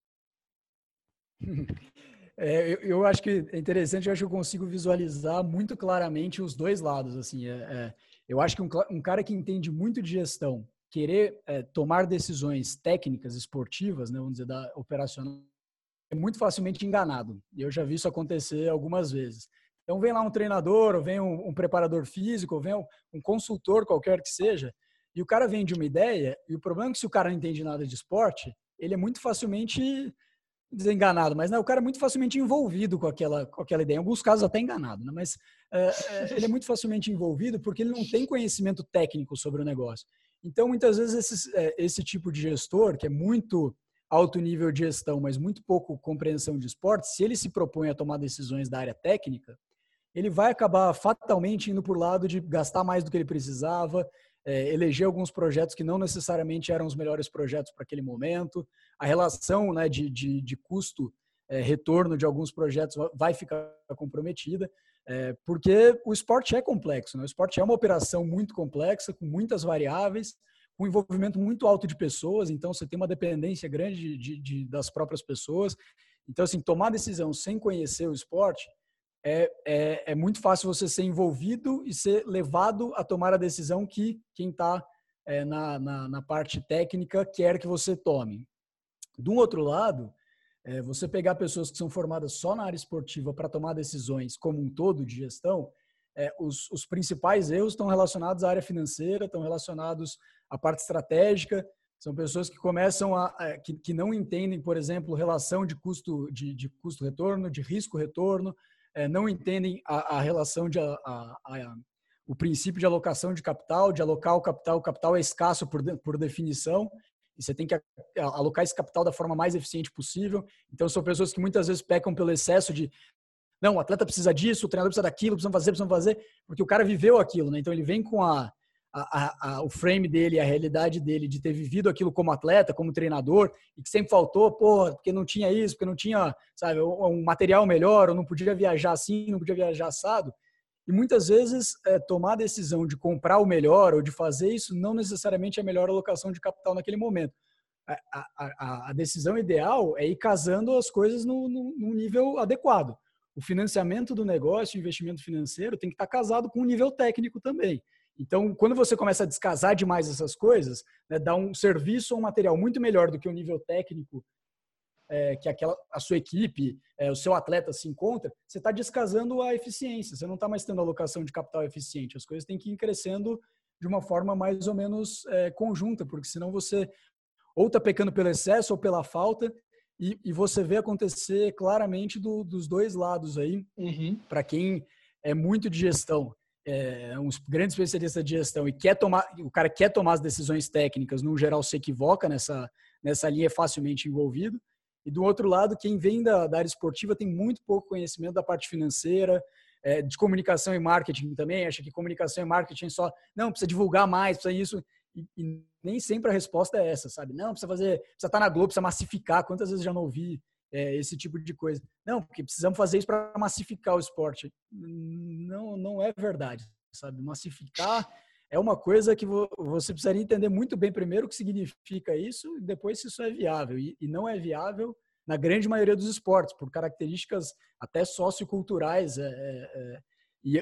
É, eu, eu acho que é interessante, eu acho que eu consigo visualizar muito claramente os dois lados. Assim, é, é, eu acho que um, um cara que entende muito de gestão, querer é, tomar decisões técnicas, esportivas, né, vamos dizer, da operacional, é muito facilmente enganado. E eu já vi isso acontecer algumas vezes. Então vem lá um treinador, ou vem um, um preparador físico, ou vem um, um consultor qualquer que seja, e o cara vem de uma ideia, e o problema é que se o cara não entende nada de esporte, ele é muito facilmente desenganado, mas né, o cara é muito facilmente envolvido com aquela, com aquela ideia. Em alguns casos até enganado, né? Mas é, é, ele é muito facilmente envolvido porque ele não tem conhecimento técnico sobre o negócio. Então, muitas vezes, esse, é, esse tipo de gestor, que é muito alto nível de gestão, mas muito pouco compreensão de esporte, se ele se propõe a tomar decisões da área técnica, ele vai acabar fatalmente indo por lado de gastar mais do que ele precisava, é, eleger alguns projetos que não necessariamente eram os melhores projetos para aquele momento, a relação, né, de, de, de custo-retorno é, de alguns projetos vai ficar comprometida, é, porque o esporte é complexo, né? O esporte é uma operação muito complexa, com muitas variáveis, com envolvimento muito alto de pessoas, então você tem uma dependência grande de, de, de, das próprias pessoas. Então, assim, tomar decisão sem conhecer o esporte É, é, é muito fácil você ser envolvido e ser levado a tomar a decisão que quem está é, na, na, na parte técnica quer que você tome. Do outro lado, é, você pegar pessoas que são formadas só na área esportiva para tomar decisões como um todo de gestão, é, os, os principais erros estão relacionados à área financeira, estão relacionados à parte estratégica. São pessoas que começam a, a que, que não entendem, por exemplo, relação de custo de, de custo-retorno, de risco-retorno, é, não entendem a, a relação de a, a, a, o princípio de alocação de capital, de alocar o capital. O capital é escasso por, de, por definição e você tem que alocar esse capital da forma mais eficiente possível. Então, são pessoas que muitas vezes pecam pelo excesso de não, o atleta precisa disso, o treinador precisa daquilo, precisam fazer, precisam fazer, porque o cara viveu aquilo, né? Então, ele vem com a A, a, a, o frame dele, a realidade dele de ter vivido aquilo como atleta, como treinador, e que sempre faltou, pô, porque não tinha isso, porque não tinha, sabe, um material melhor, ou não podia viajar assim, não podia viajar assado. E muitas vezes é, tomar a decisão de comprar o melhor ou de fazer isso não necessariamente é a melhor alocação de capital naquele momento. A, a, a decisão ideal é ir casando as coisas no, no, no nível adequado. O financiamento do negócio, o investimento financeiro tem que estar casado com o nível técnico também. Então, quando você começa a descasar demais essas coisas, né, dá um serviço ou um material muito melhor do que o nível técnico é, que aquela, a sua equipe, é, o seu atleta se encontra, você está descasando a eficiência, você não está mais tendo alocação de capital eficiente. As coisas têm que ir crescendo de uma forma mais ou menos é, conjunta, porque senão você ou está pecando pelo excesso ou pela falta, e, e você vê acontecer claramente do, dos dois lados aí, uhum. Para quem é muito de gestão, é um grande especialista de gestão e quer tomar, o cara quer tomar as decisões técnicas, no geral se equivoca nessa, nessa linha, é facilmente envolvido. E do outro lado, quem vem da, da área esportiva tem muito pouco conhecimento da parte financeira, é, de comunicação e marketing também, acha que comunicação e marketing só, não, precisa divulgar mais, precisa isso, e, e nem sempre a resposta é essa, sabe? Não, precisa fazer, precisa estar na Globo, precisa massificar, quantas vezes já não ouvi é, esse tipo de coisa? Não, porque precisamos fazer isso para massificar o esporte. Não, não é verdade, sabe? Massificar é uma coisa que você precisaria entender muito bem primeiro o que significa isso e depois se isso é viável. E, e não é viável na grande maioria dos esportes, por características até socioculturais é, é, é,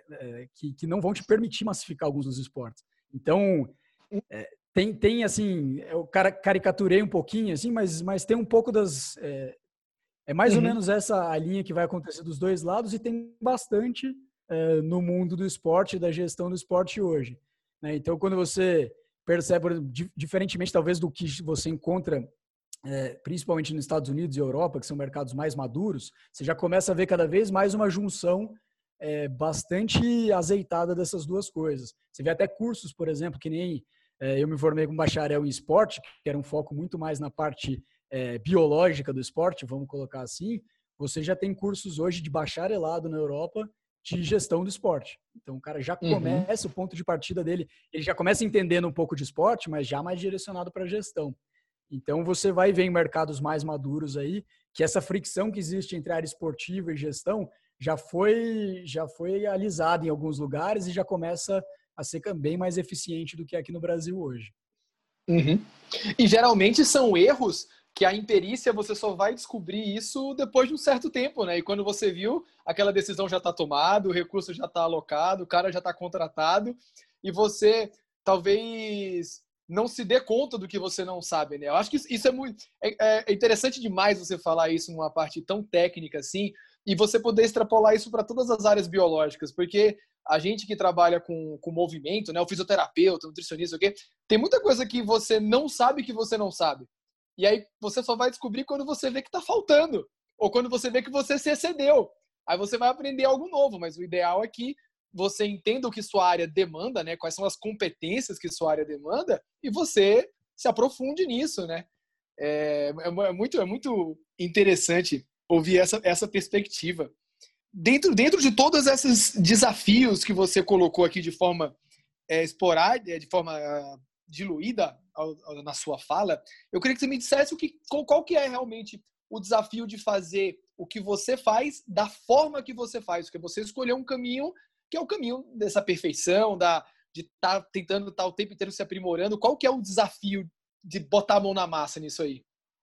é, que, que não vão te permitir massificar alguns dos esportes. Então, é, tem, tem, assim, eu caricaturei um pouquinho, assim, mas, mas tem um pouco das... É, é mais uhum. ou menos essa a linha que vai acontecer dos dois lados e tem bastante é, no mundo do esporte, da gestão do esporte hoje. Né? Então, quando você percebe, diferentemente talvez do que você encontra, é, principalmente nos Estados Unidos e Europa, que são mercados mais maduros, você já começa a ver cada vez mais uma junção é, bastante azeitada dessas duas coisas. Você vê até cursos, por exemplo, que nem é, eu me formei com bacharel em esporte, que era um foco muito mais na parte é, biológica do esporte, vamos colocar assim. Você já tem cursos hoje de bacharelado na Europa de gestão do esporte. Então, o cara já começa, uhum. o ponto de partida dele, ele já começa entendendo um pouco de esporte, mas já mais direcionado para a gestão. Então, você vai ver em mercados mais maduros aí que essa fricção que existe entre área esportiva e gestão já foi, já foi alisada em alguns lugares e já começa a ser bem mais eficiente do que aqui no Brasil hoje. Uhum. E geralmente são erros que a imperícia você só vai descobrir isso depois de um certo tempo, né? E quando você viu, aquela decisão já está tomada, o recurso já está alocado, o cara já está contratado, e você talvez não se dê conta do que você não sabe, né? Eu acho que isso é muito é, é interessante demais você falar isso numa parte tão técnica assim, e você poder extrapolar isso para todas as áreas biológicas, porque a gente que trabalha com, com movimento, né? O fisioterapeuta, o nutricionista, o quê? Tem muita coisa que você não sabe que você não sabe. E aí você só vai descobrir quando você vê que está faltando. Ou quando você vê que você se excedeu. Aí você vai aprender algo novo. Mas o ideal é que você entenda o que sua área demanda, né? Quais são as competências que sua área demanda, e você se aprofunde nisso, né? É, é, muito, é muito interessante ouvir essa, essa perspectiva. Dentro, dentro de todos esses desafios que você colocou aqui de forma é, esporádica, de forma uh, diluída ao, ao, na sua fala, eu queria que você me dissesse o que, qual, qual que é realmente o desafio de fazer o que você faz da forma que você faz, porque você escolheu um caminho que é o caminho dessa perfeição, da, de estar tá tentando estar tá o tempo inteiro se aprimorando. Qual que é o desafio de botar a mão na massa nisso aí?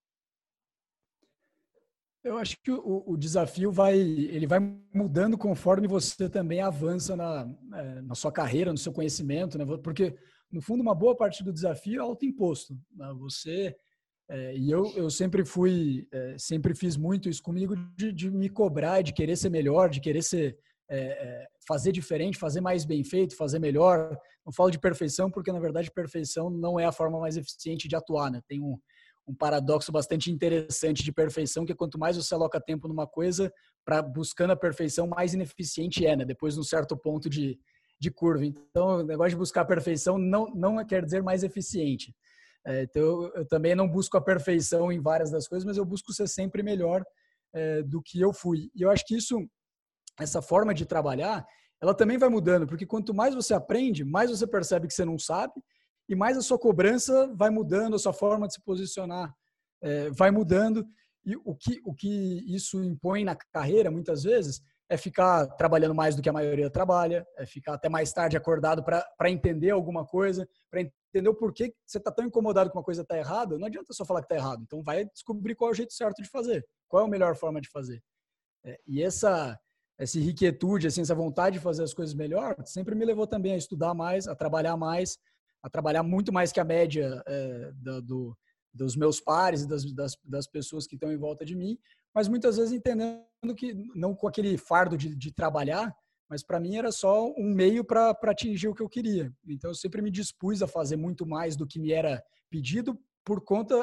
Eu acho que o, o desafio vai, ele vai mudando conforme você também avança na, na sua carreira, no seu conhecimento, né? Porque, no fundo, uma boa parte do desafio é autoimposto. Né? Você, é, e eu, eu sempre fui, é, sempre fiz muito isso comigo, de, de me cobrar, de querer ser melhor, de querer ser, é, fazer diferente, fazer mais bem feito, fazer melhor. Não falo de perfeição, porque, na verdade, perfeição não é a forma mais eficiente de atuar, né? Tem um um paradoxo bastante interessante de perfeição, que é quanto mais você aloca tempo numa coisa, para buscando a perfeição, mais ineficiente é, né? Depois de um certo ponto de, de curva. Então, o negócio de buscar a perfeição não, não quer dizer mais eficiente. É, então, eu, eu também não busco a perfeição em várias das coisas, mas eu busco ser sempre melhor é, do que eu fui. E eu acho que isso, essa forma de trabalhar, ela também vai mudando, porque quanto mais você aprende, mais você percebe que você não sabe, e mais a sua cobrança vai mudando, a sua forma de se posicionar é, vai mudando. E o que, o que isso impõe na carreira, muitas vezes, é ficar trabalhando mais do que a maioria trabalha, é ficar até mais tarde acordado para entender alguma coisa, para entender o porquê você está tão incomodado que uma coisa está errada. Não adianta só falar que está errado. Então, vai descobrir qual é o jeito certo de fazer, qual é a melhor forma de fazer. É, e essa, essa inquietude, assim, essa vontade de fazer as coisas melhor, sempre me levou também a estudar mais, a trabalhar mais, a trabalhar muito mais que a média é, do, do, dos meus pares e das, das, das pessoas que estão em volta de mim, mas muitas vezes entendendo que, não com aquele fardo de, de trabalhar, mas para mim era só um meio para atingir o que eu queria. Então, eu sempre me dispus a fazer muito mais do que me era pedido por conta,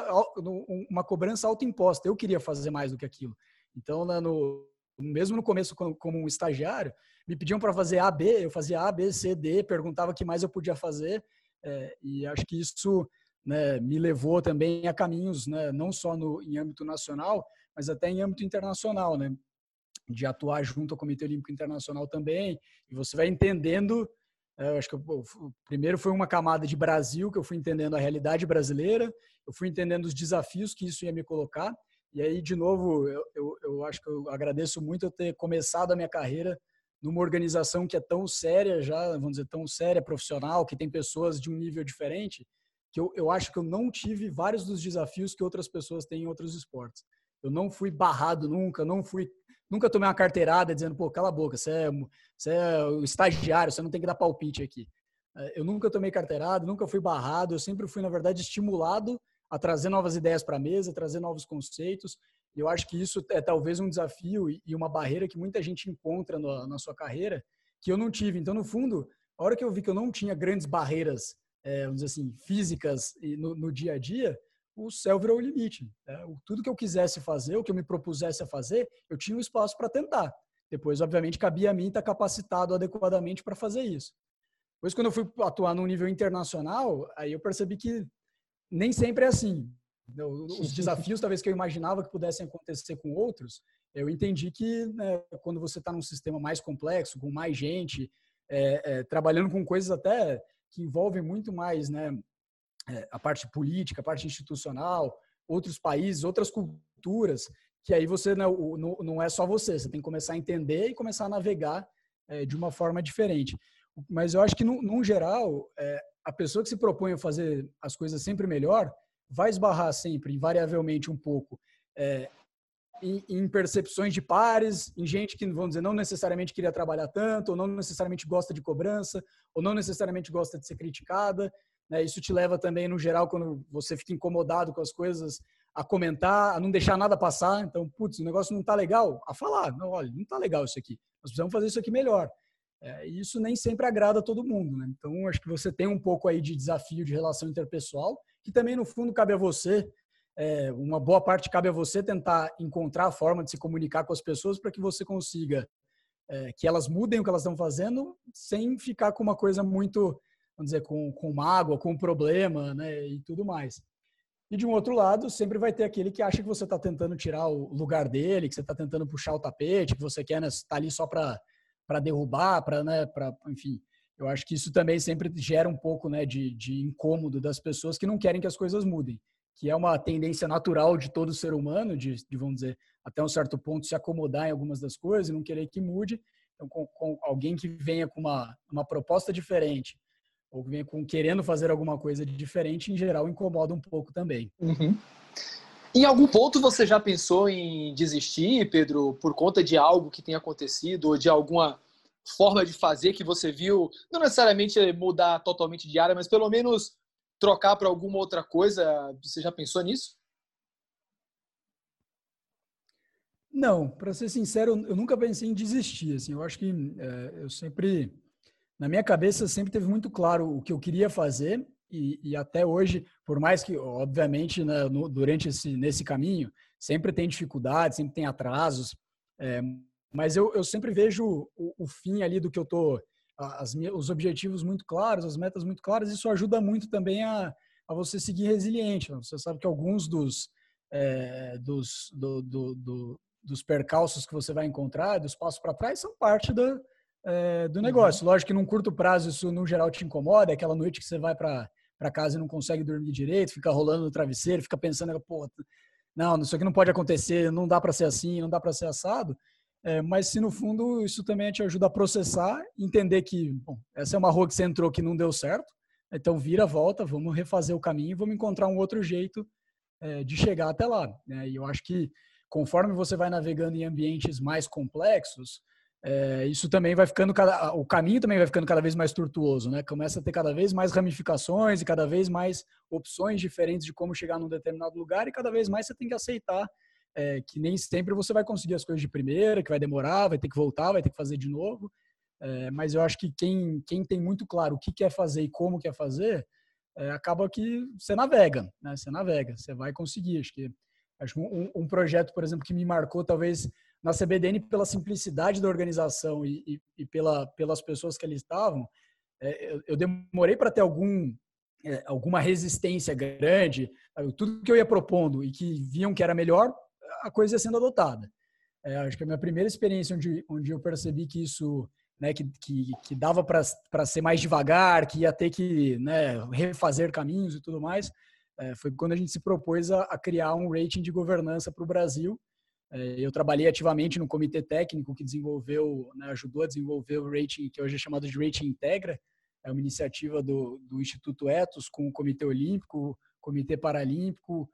uma cobrança autoimposta. Eu queria fazer mais do que aquilo. Então, no, mesmo no começo, como, como um estagiário, me pediam para fazer A, B, eu fazia A, B, C, D, perguntava o que mais eu podia fazer. É, e acho que isso, né, me levou também a caminhos, né, não só no, em âmbito nacional, mas até em âmbito internacional, né, de atuar junto ao Comitê Olímpico Internacional também. E você vai entendendo, é, acho que eu, o primeiro foi uma camada de Brasil, que eu fui entendendo a realidade brasileira, eu fui entendendo os desafios que isso ia me colocar. E aí, de novo, eu, eu, eu acho que eu agradeço muito eu ter começado a minha carreira numa organização que é tão séria já, vamos dizer, tão séria, profissional, que tem pessoas de um nível diferente, que eu, eu acho que eu não tive vários dos desafios que outras pessoas têm em outros esportes. Eu não fui barrado nunca, não fui, nunca tomei uma carteirada dizendo, pô, cala a boca, você é, você é o estagiário, você não tem que dar palpite aqui. Eu nunca tomei carteirada, nunca fui barrado, eu sempre fui, na verdade, estimulado a trazer novas ideias para a mesa, trazer novos conceitos. E eu acho que isso é talvez um desafio e uma barreira que muita gente encontra na, na sua carreira, que eu não tive. Então, no fundo, a hora que eu vi que eu não tinha grandes barreiras, é, vamos dizer assim, físicas no, no dia a dia, o céu virou o limite. Né? Tudo que eu quisesse fazer, o que eu me propusesse a fazer, eu tinha um espaço para tentar. Depois, obviamente, cabia a mim estar capacitado adequadamente para fazer isso. Depois, quando eu fui atuar num nível internacional, aí eu percebi que nem sempre é assim. Os desafios, talvez, que eu imaginava que pudessem acontecer com outros, eu entendi que, né, quando você está num sistema mais complexo, com mais gente, é, é, trabalhando com coisas até que envolvem muito mais, né, é, a parte política, a parte institucional, outros países, outras culturas, que aí você não, não é só você, você tem que começar a entender e começar a navegar é, de uma forma diferente. Mas eu acho que, no, no geral, é, a pessoa que se propõe a fazer as coisas sempre melhor vai esbarrar sempre, invariavelmente, um pouco é, em, em percepções de pares, em gente que, vamos dizer, não necessariamente queria trabalhar tanto, ou não necessariamente gosta de cobrança, ou não necessariamente gosta de ser criticada. Né? Isso te leva também, no geral, quando você fica incomodado com as coisas, a comentar, a não deixar nada passar. Então, putz, o negócio não está legal, a falar. Não, olha, não está legal isso aqui. Nós precisamos fazer isso aqui melhor. É, isso nem sempre agrada a todo mundo, né? Então, acho que você tem um pouco aí de desafio de relação interpessoal, que também, no fundo, cabe a você, é, uma boa parte cabe a você tentar encontrar a forma de se comunicar com as pessoas para que você consiga é, que elas mudem o que elas estão fazendo sem ficar com uma coisa muito, vamos dizer, com, com mágoa, com problema, né? E tudo mais. E, de um outro lado, sempre vai ter aquele que acha que você está tentando tirar o lugar dele, que você está tentando puxar o tapete, que você quer, né, estar ali só para para derrubar, para, né, para, enfim, eu acho que isso também sempre gera um pouco, né, de, de incômodo das pessoas que não querem que as coisas mudem, que é uma tendência natural de todo ser humano, de, de vamos dizer, até um certo ponto se acomodar em algumas das coisas e não querer que mude. Então, com, com alguém que venha com uma, uma proposta diferente ou que venha com querendo fazer alguma coisa de diferente, em geral, incomoda um pouco também. Uhum. Em algum ponto você já pensou em desistir, Pedro, por conta de algo que tenha acontecido ou de alguma forma de fazer que você viu, não necessariamente mudar totalmente de área, mas pelo menos trocar para alguma outra coisa? Você já pensou nisso? Não, para ser sincero, eu nunca pensei em desistir. Assim, eu acho que é, eu sempre, na minha cabeça, sempre teve muito claro o que eu queria fazer. E, e até hoje, por mais que, obviamente, né, no, durante esse nesse caminho, sempre tem dificuldades, sempre tem atrasos, é, mas eu, eu sempre vejo o, o fim ali do que eu tô, as, os objetivos muito claros, as metas muito claras. Isso ajuda muito também a, a você seguir resiliente. Né? Você sabe que alguns dos, é, dos, do, do, do, dos percalços que você vai encontrar, dos passos para trás, são parte da, é, do negócio. Uhum. Lógico que num curto prazo isso, no geral, te incomoda. É aquela noite que você vai para para casa e não consegue dormir direito, fica rolando no travesseiro, fica pensando, pô, não, isso aqui não pode acontecer, não dá para ser assim, não dá para ser assado. É, mas se no fundo isso também te ajuda a processar, entender que, bom, essa é uma rua que você entrou que não deu certo, então vira, volta, vamos refazer o caminho, vamos encontrar um outro jeito é, de chegar até lá. Né? E eu acho que conforme você vai navegando em ambientes mais complexos, É, isso também vai ficando, cada, o caminho também vai ficando cada vez mais tortuoso, né? Começa a ter cada vez mais ramificações e cada vez mais opções diferentes de como chegar num determinado lugar e cada vez mais você tem que aceitar é, que nem sempre você vai conseguir as coisas de primeira, que vai demorar, vai ter que voltar, vai ter que fazer de novo. É, mas eu acho que quem, quem tem muito claro o que quer fazer e como quer fazer, é, acaba que você navega, né? Você navega, você vai conseguir. Acho que, acho que um, um projeto, por exemplo, que me marcou talvez na C B D N pela simplicidade da organização e, e, e pela, pelas pessoas que ali estavam, é, eu, eu demorei para ter algum, é, alguma resistência grande. Tudo que eu ia propondo e que viam que era melhor, a coisa ia sendo adotada. É, acho que a minha primeira experiência onde, onde eu percebi que isso, né, que, que, que dava para ser mais devagar, que ia ter que, né, refazer caminhos e tudo mais, é, foi quando a gente se propôs a, a criar um rating de governança para o Brasil. Eu trabalhei ativamente no comitê técnico que desenvolveu, né, ajudou a desenvolver o rating, que hoje é chamado de Rating Integra, é uma iniciativa do, do Instituto Ethos com o Comitê Olímpico, o Comitê Paralímpico,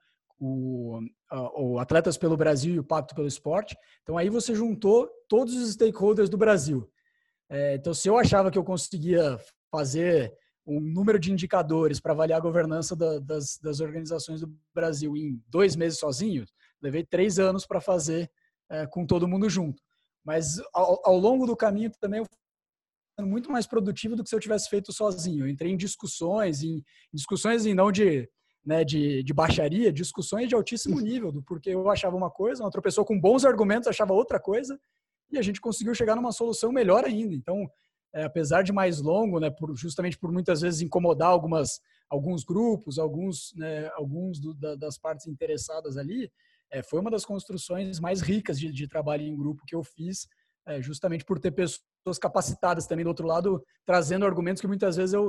o, o Atletas pelo Brasil e o Pacto pelo Esporte. Então aí você juntou todos os stakeholders do Brasil. É, então se eu achava que eu conseguia fazer um número de indicadores para avaliar a governança da, das, das organizações do Brasil em dois meses sozinho, levei três anos para fazer é, com todo mundo junto. Mas ao, ao longo do caminho também eu fui muito mais produtivo do que se eu tivesse feito sozinho. Eu entrei em discussões, em discussões e não de, né, de, de baixaria, discussões de altíssimo nível, do porque eu achava uma coisa, outra pessoa com bons argumentos achava outra coisa, e a gente conseguiu chegar numa solução melhor ainda. Então, é, apesar de mais longo, né, por, justamente por muitas vezes incomodar algumas, alguns grupos, alguns, né, alguns do, da, das partes interessadas ali, é, foi uma das construções mais ricas de, de trabalho em grupo que eu fiz, é, justamente por ter pessoas capacitadas também do outro lado, trazendo argumentos que muitas vezes eu,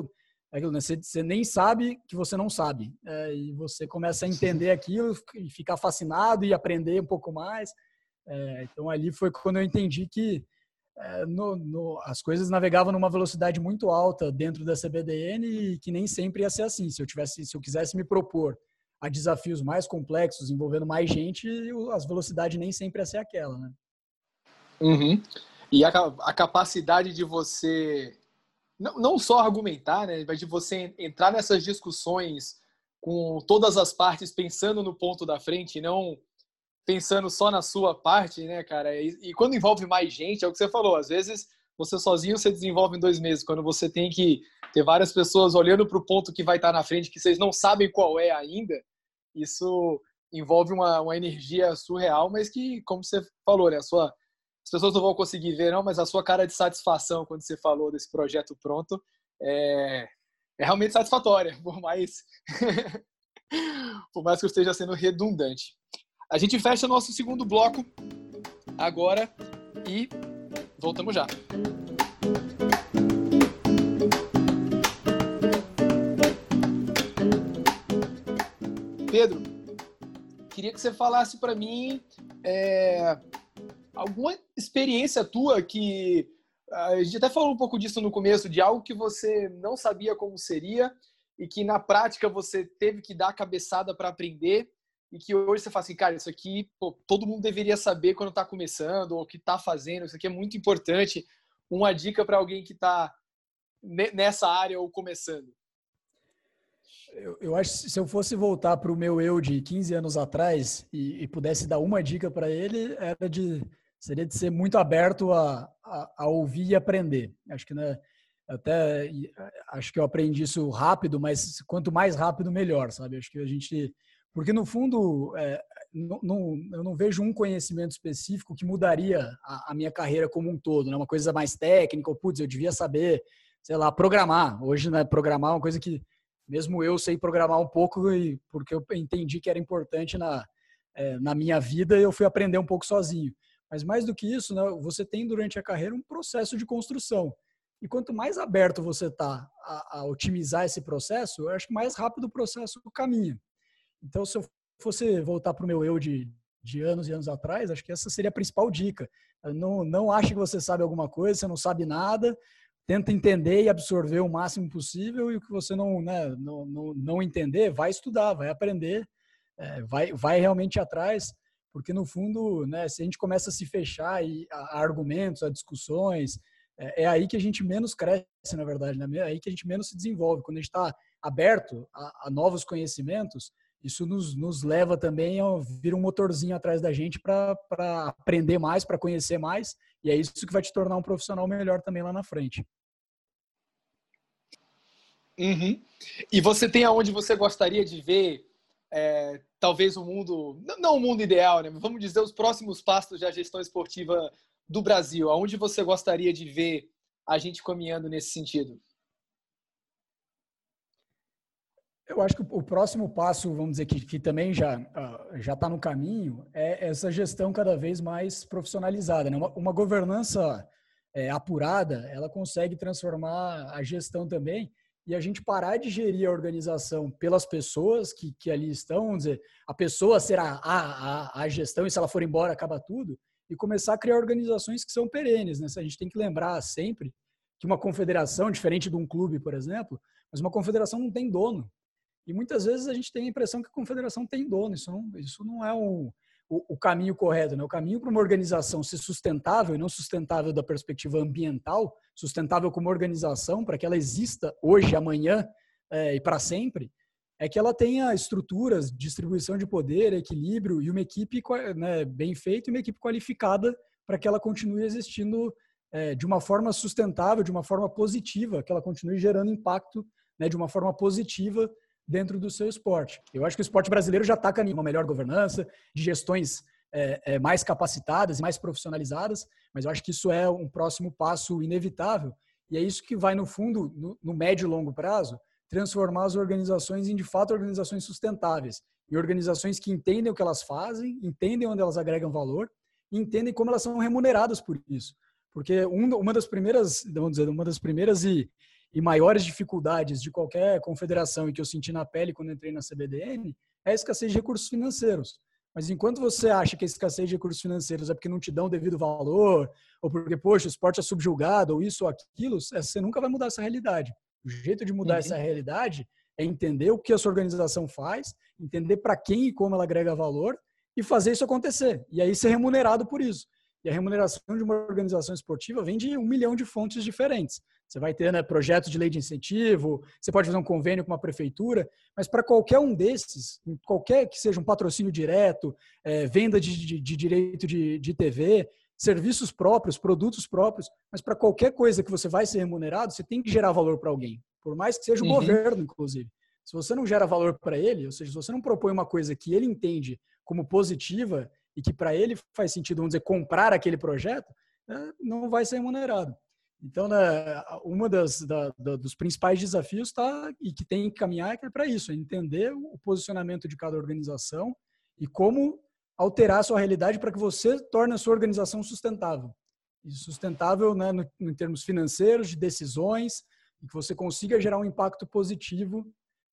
é aquilo, né? Você, você nem sabe que você não sabe. É, e você começa a entender aquilo e ficar fascinado e aprender um pouco mais. É, então, ali foi quando eu entendi que é, no, no, as coisas navegavam numa velocidade muito alta dentro da C B D N e que nem sempre ia ser assim. Se eu, tivesse, se eu quisesse me propor a desafios mais complexos, envolvendo mais gente, as velocidades nem sempre ia ser aquela, né? Uhum. E a, a capacidade de você não, não só argumentar, né, mas de você entrar nessas discussões com todas as partes pensando no ponto da frente e não pensando só na sua parte, né, cara? E, e quando envolve mais gente, é o que você falou, às vezes você sozinho você desenvolve em dois meses. Quando você tem que ter várias pessoas olhando para o ponto que vai estar na frente, que vocês não sabem qual é ainda, isso envolve uma, uma energia surreal, mas que, como você falou, né, a sua, as pessoas não vão conseguir ver, não, mas a sua cara de satisfação quando você falou desse projeto pronto é, é realmente satisfatória, por mais, por mais que eu esteja sendo redundante. A gente fecha nosso segundo bloco agora e voltamos já. Pedro, queria que você falasse para mim é, alguma experiência tua que a gente até falou um pouco disso no começo, de algo que você não sabia como seria e que na prática você teve que dar a cabeçada para aprender e que hoje você fala assim, cara, isso aqui pô, todo mundo deveria saber quando está começando ou que está fazendo, isso aqui é muito importante. Uma dica para alguém que está nessa área ou começando. Eu, eu acho que se eu fosse voltar para o meu eu de quinze anos atrás e, e pudesse dar uma dica para ele, era de, seria de ser muito aberto a, a, a ouvir e aprender. Acho que, né, até acho que eu aprendi isso rápido, mas quanto mais rápido, melhor, sabe? Acho que a gente... Porque, no fundo, é, não, não, eu não vejo um conhecimento específico que mudaria a, a minha carreira como um todo, né? Uma coisa mais técnica, ou, putz, eu devia saber, sei lá, programar. Hoje, né, programar é uma coisa que mesmo eu sei programar um pouco, e porque eu entendi que era importante na, é, na minha vida, eu fui aprender um pouco sozinho. Mas mais do que isso, né, você tem durante a carreira um processo de construção. E quanto mais aberto você está a, a otimizar esse processo, eu acho que mais rápido o processo caminha. Então, se eu fosse voltar para o meu eu de, de anos e anos atrás, acho que essa seria a principal dica. Não, não ache que você sabe alguma coisa, você não sabe nada, tenta entender e absorver o máximo possível, e o que você não, né, não, não, não entender, vai estudar, vai aprender, é, vai, vai realmente ir atrás, porque no fundo, né, se a gente começa a se fechar e a, a argumentos, a discussões, é, é aí que a gente menos cresce, na verdade, né? É aí que a gente menos se desenvolve. Quando a gente está aberto a, a novos conhecimentos, isso nos, nos leva também a vir um motorzinho atrás da gente para aprender mais, para conhecer mais, e é isso que vai te tornar um profissional melhor também lá na frente. Uhum. E você tem aonde você gostaria de ver, é, talvez o mundo, não o mundo ideal, né? Vamos dizer os próximos passos da gestão esportiva do Brasil, aonde você gostaria de ver a gente caminhando nesse sentido? Eu acho que o próximo passo, vamos dizer, que, que também já já está no caminho, é essa gestão cada vez mais profissionalizada, né? Uma, uma governança é, apurada, ela consegue transformar a gestão também, e a gente parar de gerir a organização pelas pessoas que, que ali estão, vamos dizer, a pessoa será a, a, a gestão, e se ela for embora, acaba tudo, e começar a criar organizações que são perenes, né? A gente tem que lembrar sempre que uma confederação, diferente de um clube, por exemplo, mas uma confederação não tem dono. E muitas vezes a gente tem a impressão que a confederação tem dono. Isso não, isso não é um, o, o caminho correto, né? O caminho para uma organização ser sustentável, e não sustentável da perspectiva ambiental, sustentável como organização, para que ela exista hoje, amanhã é, e para sempre, é que ela tenha estruturas, distribuição de poder, equilíbrio e uma equipe, né, bem feita e uma equipe qualificada para que ela continue existindo é, de uma forma sustentável, de uma forma positiva, que ela continue gerando impacto, né, de uma forma positiva dentro do seu esporte. Eu acho que o esporte brasileiro já está caminhando uma melhor governança, de gestões é, é, mais capacitadas e mais profissionalizadas, mas eu acho que isso é um próximo passo inevitável, e é isso que vai, no fundo, no, no médio e longo prazo, transformar as organizações em, de fato, organizações sustentáveis, em organizações que entendem o que elas fazem, entendem onde elas agregam valor, e entendem como elas são remuneradas por isso. Porque um, uma das primeiras, vamos dizer, uma das primeiras e e maiores dificuldades de qualquer confederação e que eu senti na pele quando entrei na C B D N é a escassez de recursos financeiros. Mas enquanto você acha que a escassez de recursos financeiros é porque não te dão o devido valor, ou porque, poxa, o esporte é subjugado, ou isso ou aquilo, você nunca vai mudar essa realidade. O jeito de mudar uhum. essa realidade é entender o que a sua organização faz, entender para quem e como ela agrega valor e fazer isso acontecer. E aí ser remunerado por isso. E a remuneração de uma organização esportiva vem de um milhão de fontes diferentes. Você vai ter, né, projetos de lei de incentivo, você pode fazer um convênio com uma prefeitura, mas para qualquer um desses, qualquer que seja um patrocínio direto, é, venda de, de, de direito de, de T V, serviços próprios, produtos próprios, mas para qualquer coisa que você vai ser remunerado, você tem que gerar valor para alguém, por mais que seja o uhum. governo, inclusive. Se você não gera valor para ele, ou seja, se você não propõe uma coisa que ele entende como positiva e que para ele faz sentido, vamos dizer, comprar aquele projeto, não vai ser remunerado. Então, né, uma das da, da, dos principais desafios está e que tem que caminhar é para isso, é entender o posicionamento de cada organização e como alterar a sua realidade para que você torne a sua organização sustentável. E sustentável, né, no, em termos financeiros, de decisões, e que você consiga gerar um impacto positivo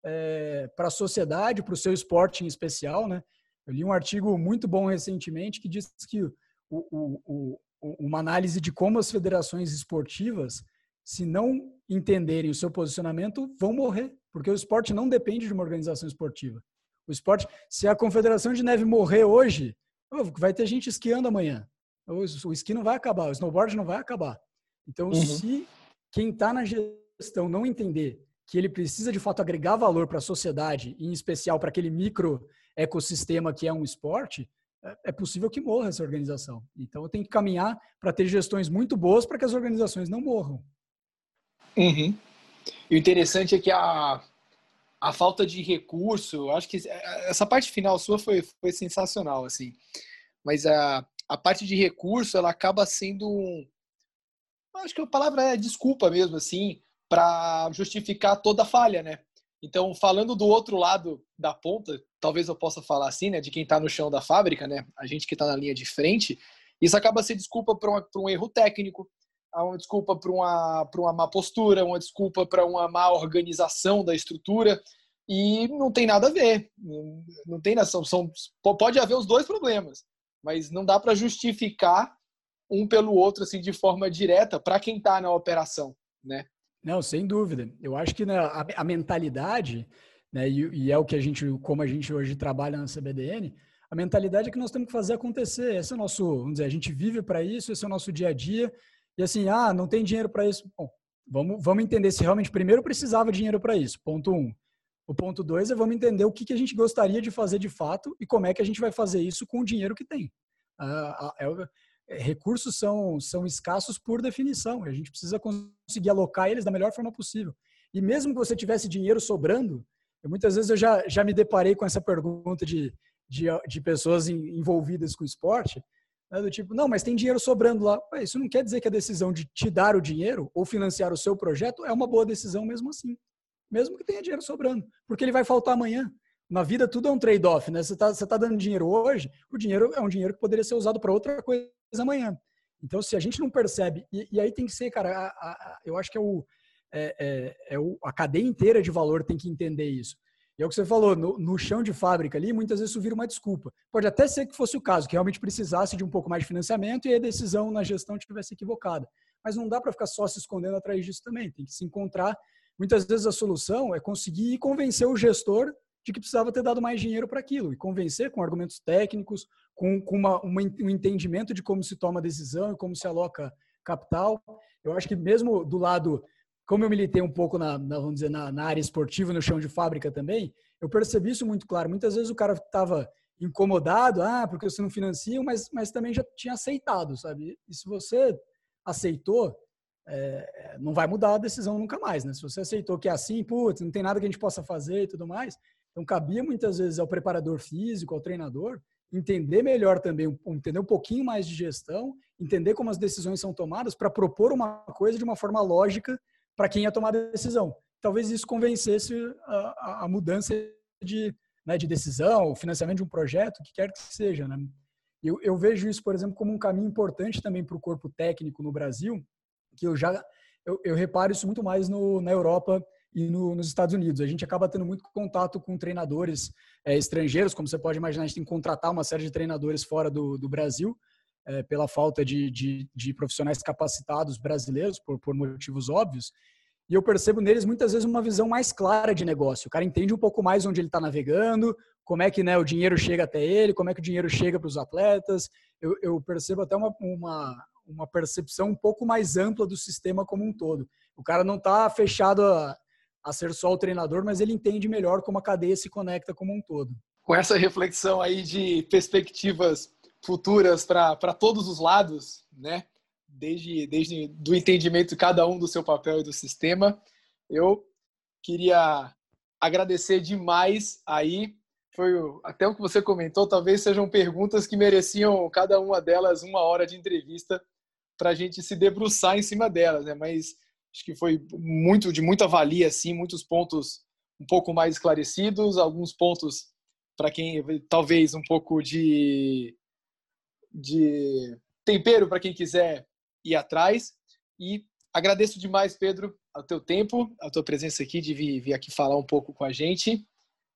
é, para a sociedade, para o seu esporte em especial, né? Eu li um artigo muito bom recentemente que diz que o, o, o, uma análise de como as federações esportivas, se não entenderem o seu posicionamento, vão morrer, porque o esporte não depende de uma organização esportiva. O esporte, se a Confederação de Neve morrer hoje, vai ter gente esquiando amanhã. O esqui não vai acabar, o snowboard não vai acabar. Então, uhum. se quem está na gestão não entender que ele precisa de fato agregar valor para a sociedade, em especial para aquele micro ecossistema que é um esporte, é possível que morra essa organização. Então, eu tenho que caminhar para ter gestões muito boas para que as organizações não morram. Uhum. E o interessante é que a, a falta de recurso, eu acho que essa parte final sua foi, foi sensacional, assim. Mas a, a parte de recurso, ela acaba sendo um, acho que a palavra é desculpa mesmo, assim, para justificar toda a falha, né? Então, falando do outro lado da ponta, talvez eu possa falar assim, né, de quem está no chão da fábrica, né, a gente que está na linha de frente, isso acaba sendo desculpa para um erro técnico, uma desculpa para uma, para uma má postura, uma desculpa para uma má organização da estrutura, e não tem nada a ver, não, não tem nação, são, pode haver os dois problemas, mas não dá para justificar um pelo outro assim de forma direta para quem está na operação, né? Não, sem dúvida. Eu acho que, né, a, a mentalidade, né, e, e é o que a gente, como a gente hoje trabalha na C B D N, a mentalidade é que nós temos que fazer acontecer. Esse é o nosso, vamos dizer, a gente vive para isso, esse é o nosso dia a dia. E assim, ah, não tem dinheiro para isso. Bom, vamos, vamos entender se realmente primeiro precisava de dinheiro para isso. Ponto um. O ponto dois é vamos entender o que, que a gente gostaria de fazer de fato e como é que a gente vai fazer isso com o dinheiro que tem. Ah, é, recursos são, são escassos por definição. A gente precisa conseguir alocar eles da melhor forma possível. E mesmo que você tivesse dinheiro sobrando, eu, muitas vezes eu já, já me deparei com essa pergunta de, de, de pessoas envolvidas com esporte, né, do tipo, não, mas tem dinheiro sobrando lá. Ué, isso não quer dizer que a decisão de te dar o dinheiro ou financiar o seu projeto é uma boa decisão mesmo assim. Mesmo que tenha dinheiro sobrando, porque ele vai faltar amanhã. Na vida tudo é um trade-off, né? Você está você tá dando dinheiro hoje, o dinheiro é um dinheiro que poderia ser usado para outra coisa amanhã. Então, se a gente não percebe, e, e aí tem que ser, cara, a, a, eu acho que é, o, é, é, é o, a cadeia inteira de valor tem que entender isso. E é o que você falou, no, no chão de fábrica ali, muitas vezes isso vira uma desculpa. Pode até ser que fosse o caso, que realmente precisasse de um pouco mais de financiamento e a decisão na gestão estivesse equivocada. Mas não dá para ficar só se escondendo atrás disso também. Tem que se encontrar. Muitas vezes a solução é conseguir convencer o gestor de que precisava ter dado mais dinheiro para aquilo e convencer com argumentos técnicos, com, com uma, uma, um entendimento de como se toma decisão e como se aloca capital. Eu acho que mesmo do lado, como eu militei um pouco na, na, vamos dizer, na, na área esportiva, no chão de fábrica também, eu percebi isso muito claro. Muitas vezes o cara estava incomodado, ah, porque você não financia, mas, mas também já tinha aceitado, sabe? E se você aceitou, é, não vai mudar a decisão nunca mais, né? Se você aceitou que é assim, putz, não tem nada que a gente possa fazer e tudo mais. Então, cabia muitas vezes ao preparador físico, ao treinador, entender melhor também, entender um pouquinho mais de gestão, entender como as decisões são tomadas para propor uma coisa de uma forma lógica para quem ia tomar a decisão. Talvez isso convencesse a, a, a mudança de, né, de decisão, o financiamento de um projeto, o que quer que seja, né? Eu, eu vejo isso, por exemplo, como um caminho importante também para o corpo técnico no Brasil, que eu já, eu, eu reparo isso muito mais no, na Europa e no, nos Estados Unidos. A gente acaba tendo muito contato com treinadores é, estrangeiros, como você pode imaginar, a gente tem que contratar uma série de treinadores fora do, do Brasil, é, pela falta de, de, de profissionais capacitados brasileiros, por, por motivos óbvios. E eu percebo neles muitas vezes uma visão mais clara de negócio. O cara entende um pouco mais onde ele está navegando, como é que, né, o dinheiro chega até ele, como é que o dinheiro chega para os atletas. Eu, eu percebo até uma, uma, uma percepção um pouco mais ampla do sistema como um todo. O cara não está fechado a, a ser só o treinador, mas ele entende melhor como a cadeia se conecta como um todo. Com essa reflexão aí de perspectivas futuras para todos os lados, né? Desde, desde do entendimento de cada um do seu papel e do sistema, eu queria agradecer demais aí. Foi até o que você comentou, talvez sejam perguntas que mereciam cada uma delas uma hora de entrevista para a gente se debruçar em cima delas, né? Mas acho que foi muito de muita valia, assim, muitos pontos um pouco mais esclarecidos, alguns pontos para quem talvez um pouco de, de tempero para quem quiser ir atrás. E agradeço demais, Pedro, ao teu tempo, a tua presença aqui, de vir, vir aqui falar um pouco com a gente.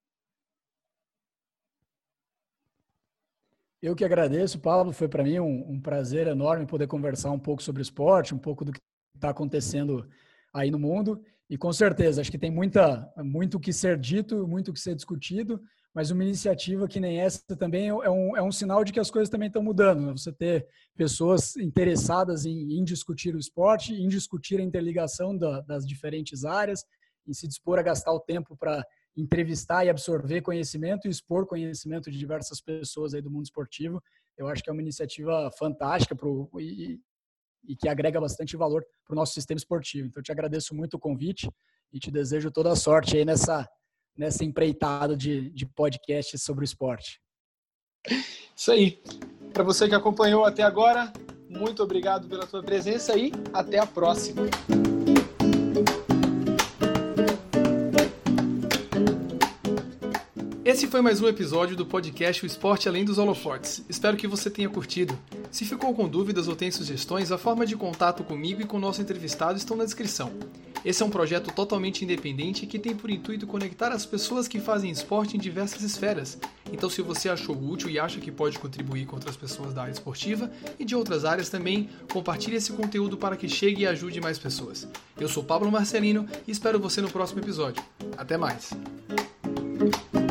Eu que agradeço, Pablo. Foi para mim um, um prazer enorme poder conversar um pouco sobre esporte, um pouco do que está acontecendo aí no mundo. E com certeza, acho que tem muita, muito o que ser dito, muito o que ser discutido, mas uma iniciativa que nem essa também é um, é um sinal de que as coisas também estão mudando, né? Você ter pessoas interessadas em, em discutir o esporte, em discutir a interligação da, das diferentes áreas, em se dispor a gastar o tempo para entrevistar e absorver conhecimento e expor conhecimento de diversas pessoas aí do mundo esportivo. Eu acho que é uma iniciativa fantástica pro, e, e que agrega bastante valor para o nosso sistema esportivo. Então, eu te agradeço muito o convite e te desejo toda a sorte aí nessa nessa empreitada de, de podcast sobre o esporte. Isso aí. Para você que acompanhou até agora, muito obrigado pela tua presença e até a próxima. Esse foi mais um episódio do podcast O Esporte Além dos Holofotes. Espero que você tenha curtido. Se ficou com dúvidas ou tem sugestões, a forma de contato comigo e com o nosso entrevistado estão na descrição. Esse é um projeto totalmente independente que tem por intuito conectar as pessoas que fazem esporte em diversas esferas. Então, se você achou útil e acha que pode contribuir com outras pessoas da área esportiva e de outras áreas também, compartilhe esse conteúdo para que chegue e ajude mais pessoas. Eu sou Pablo Marcelino e espero você no próximo episódio. Até mais!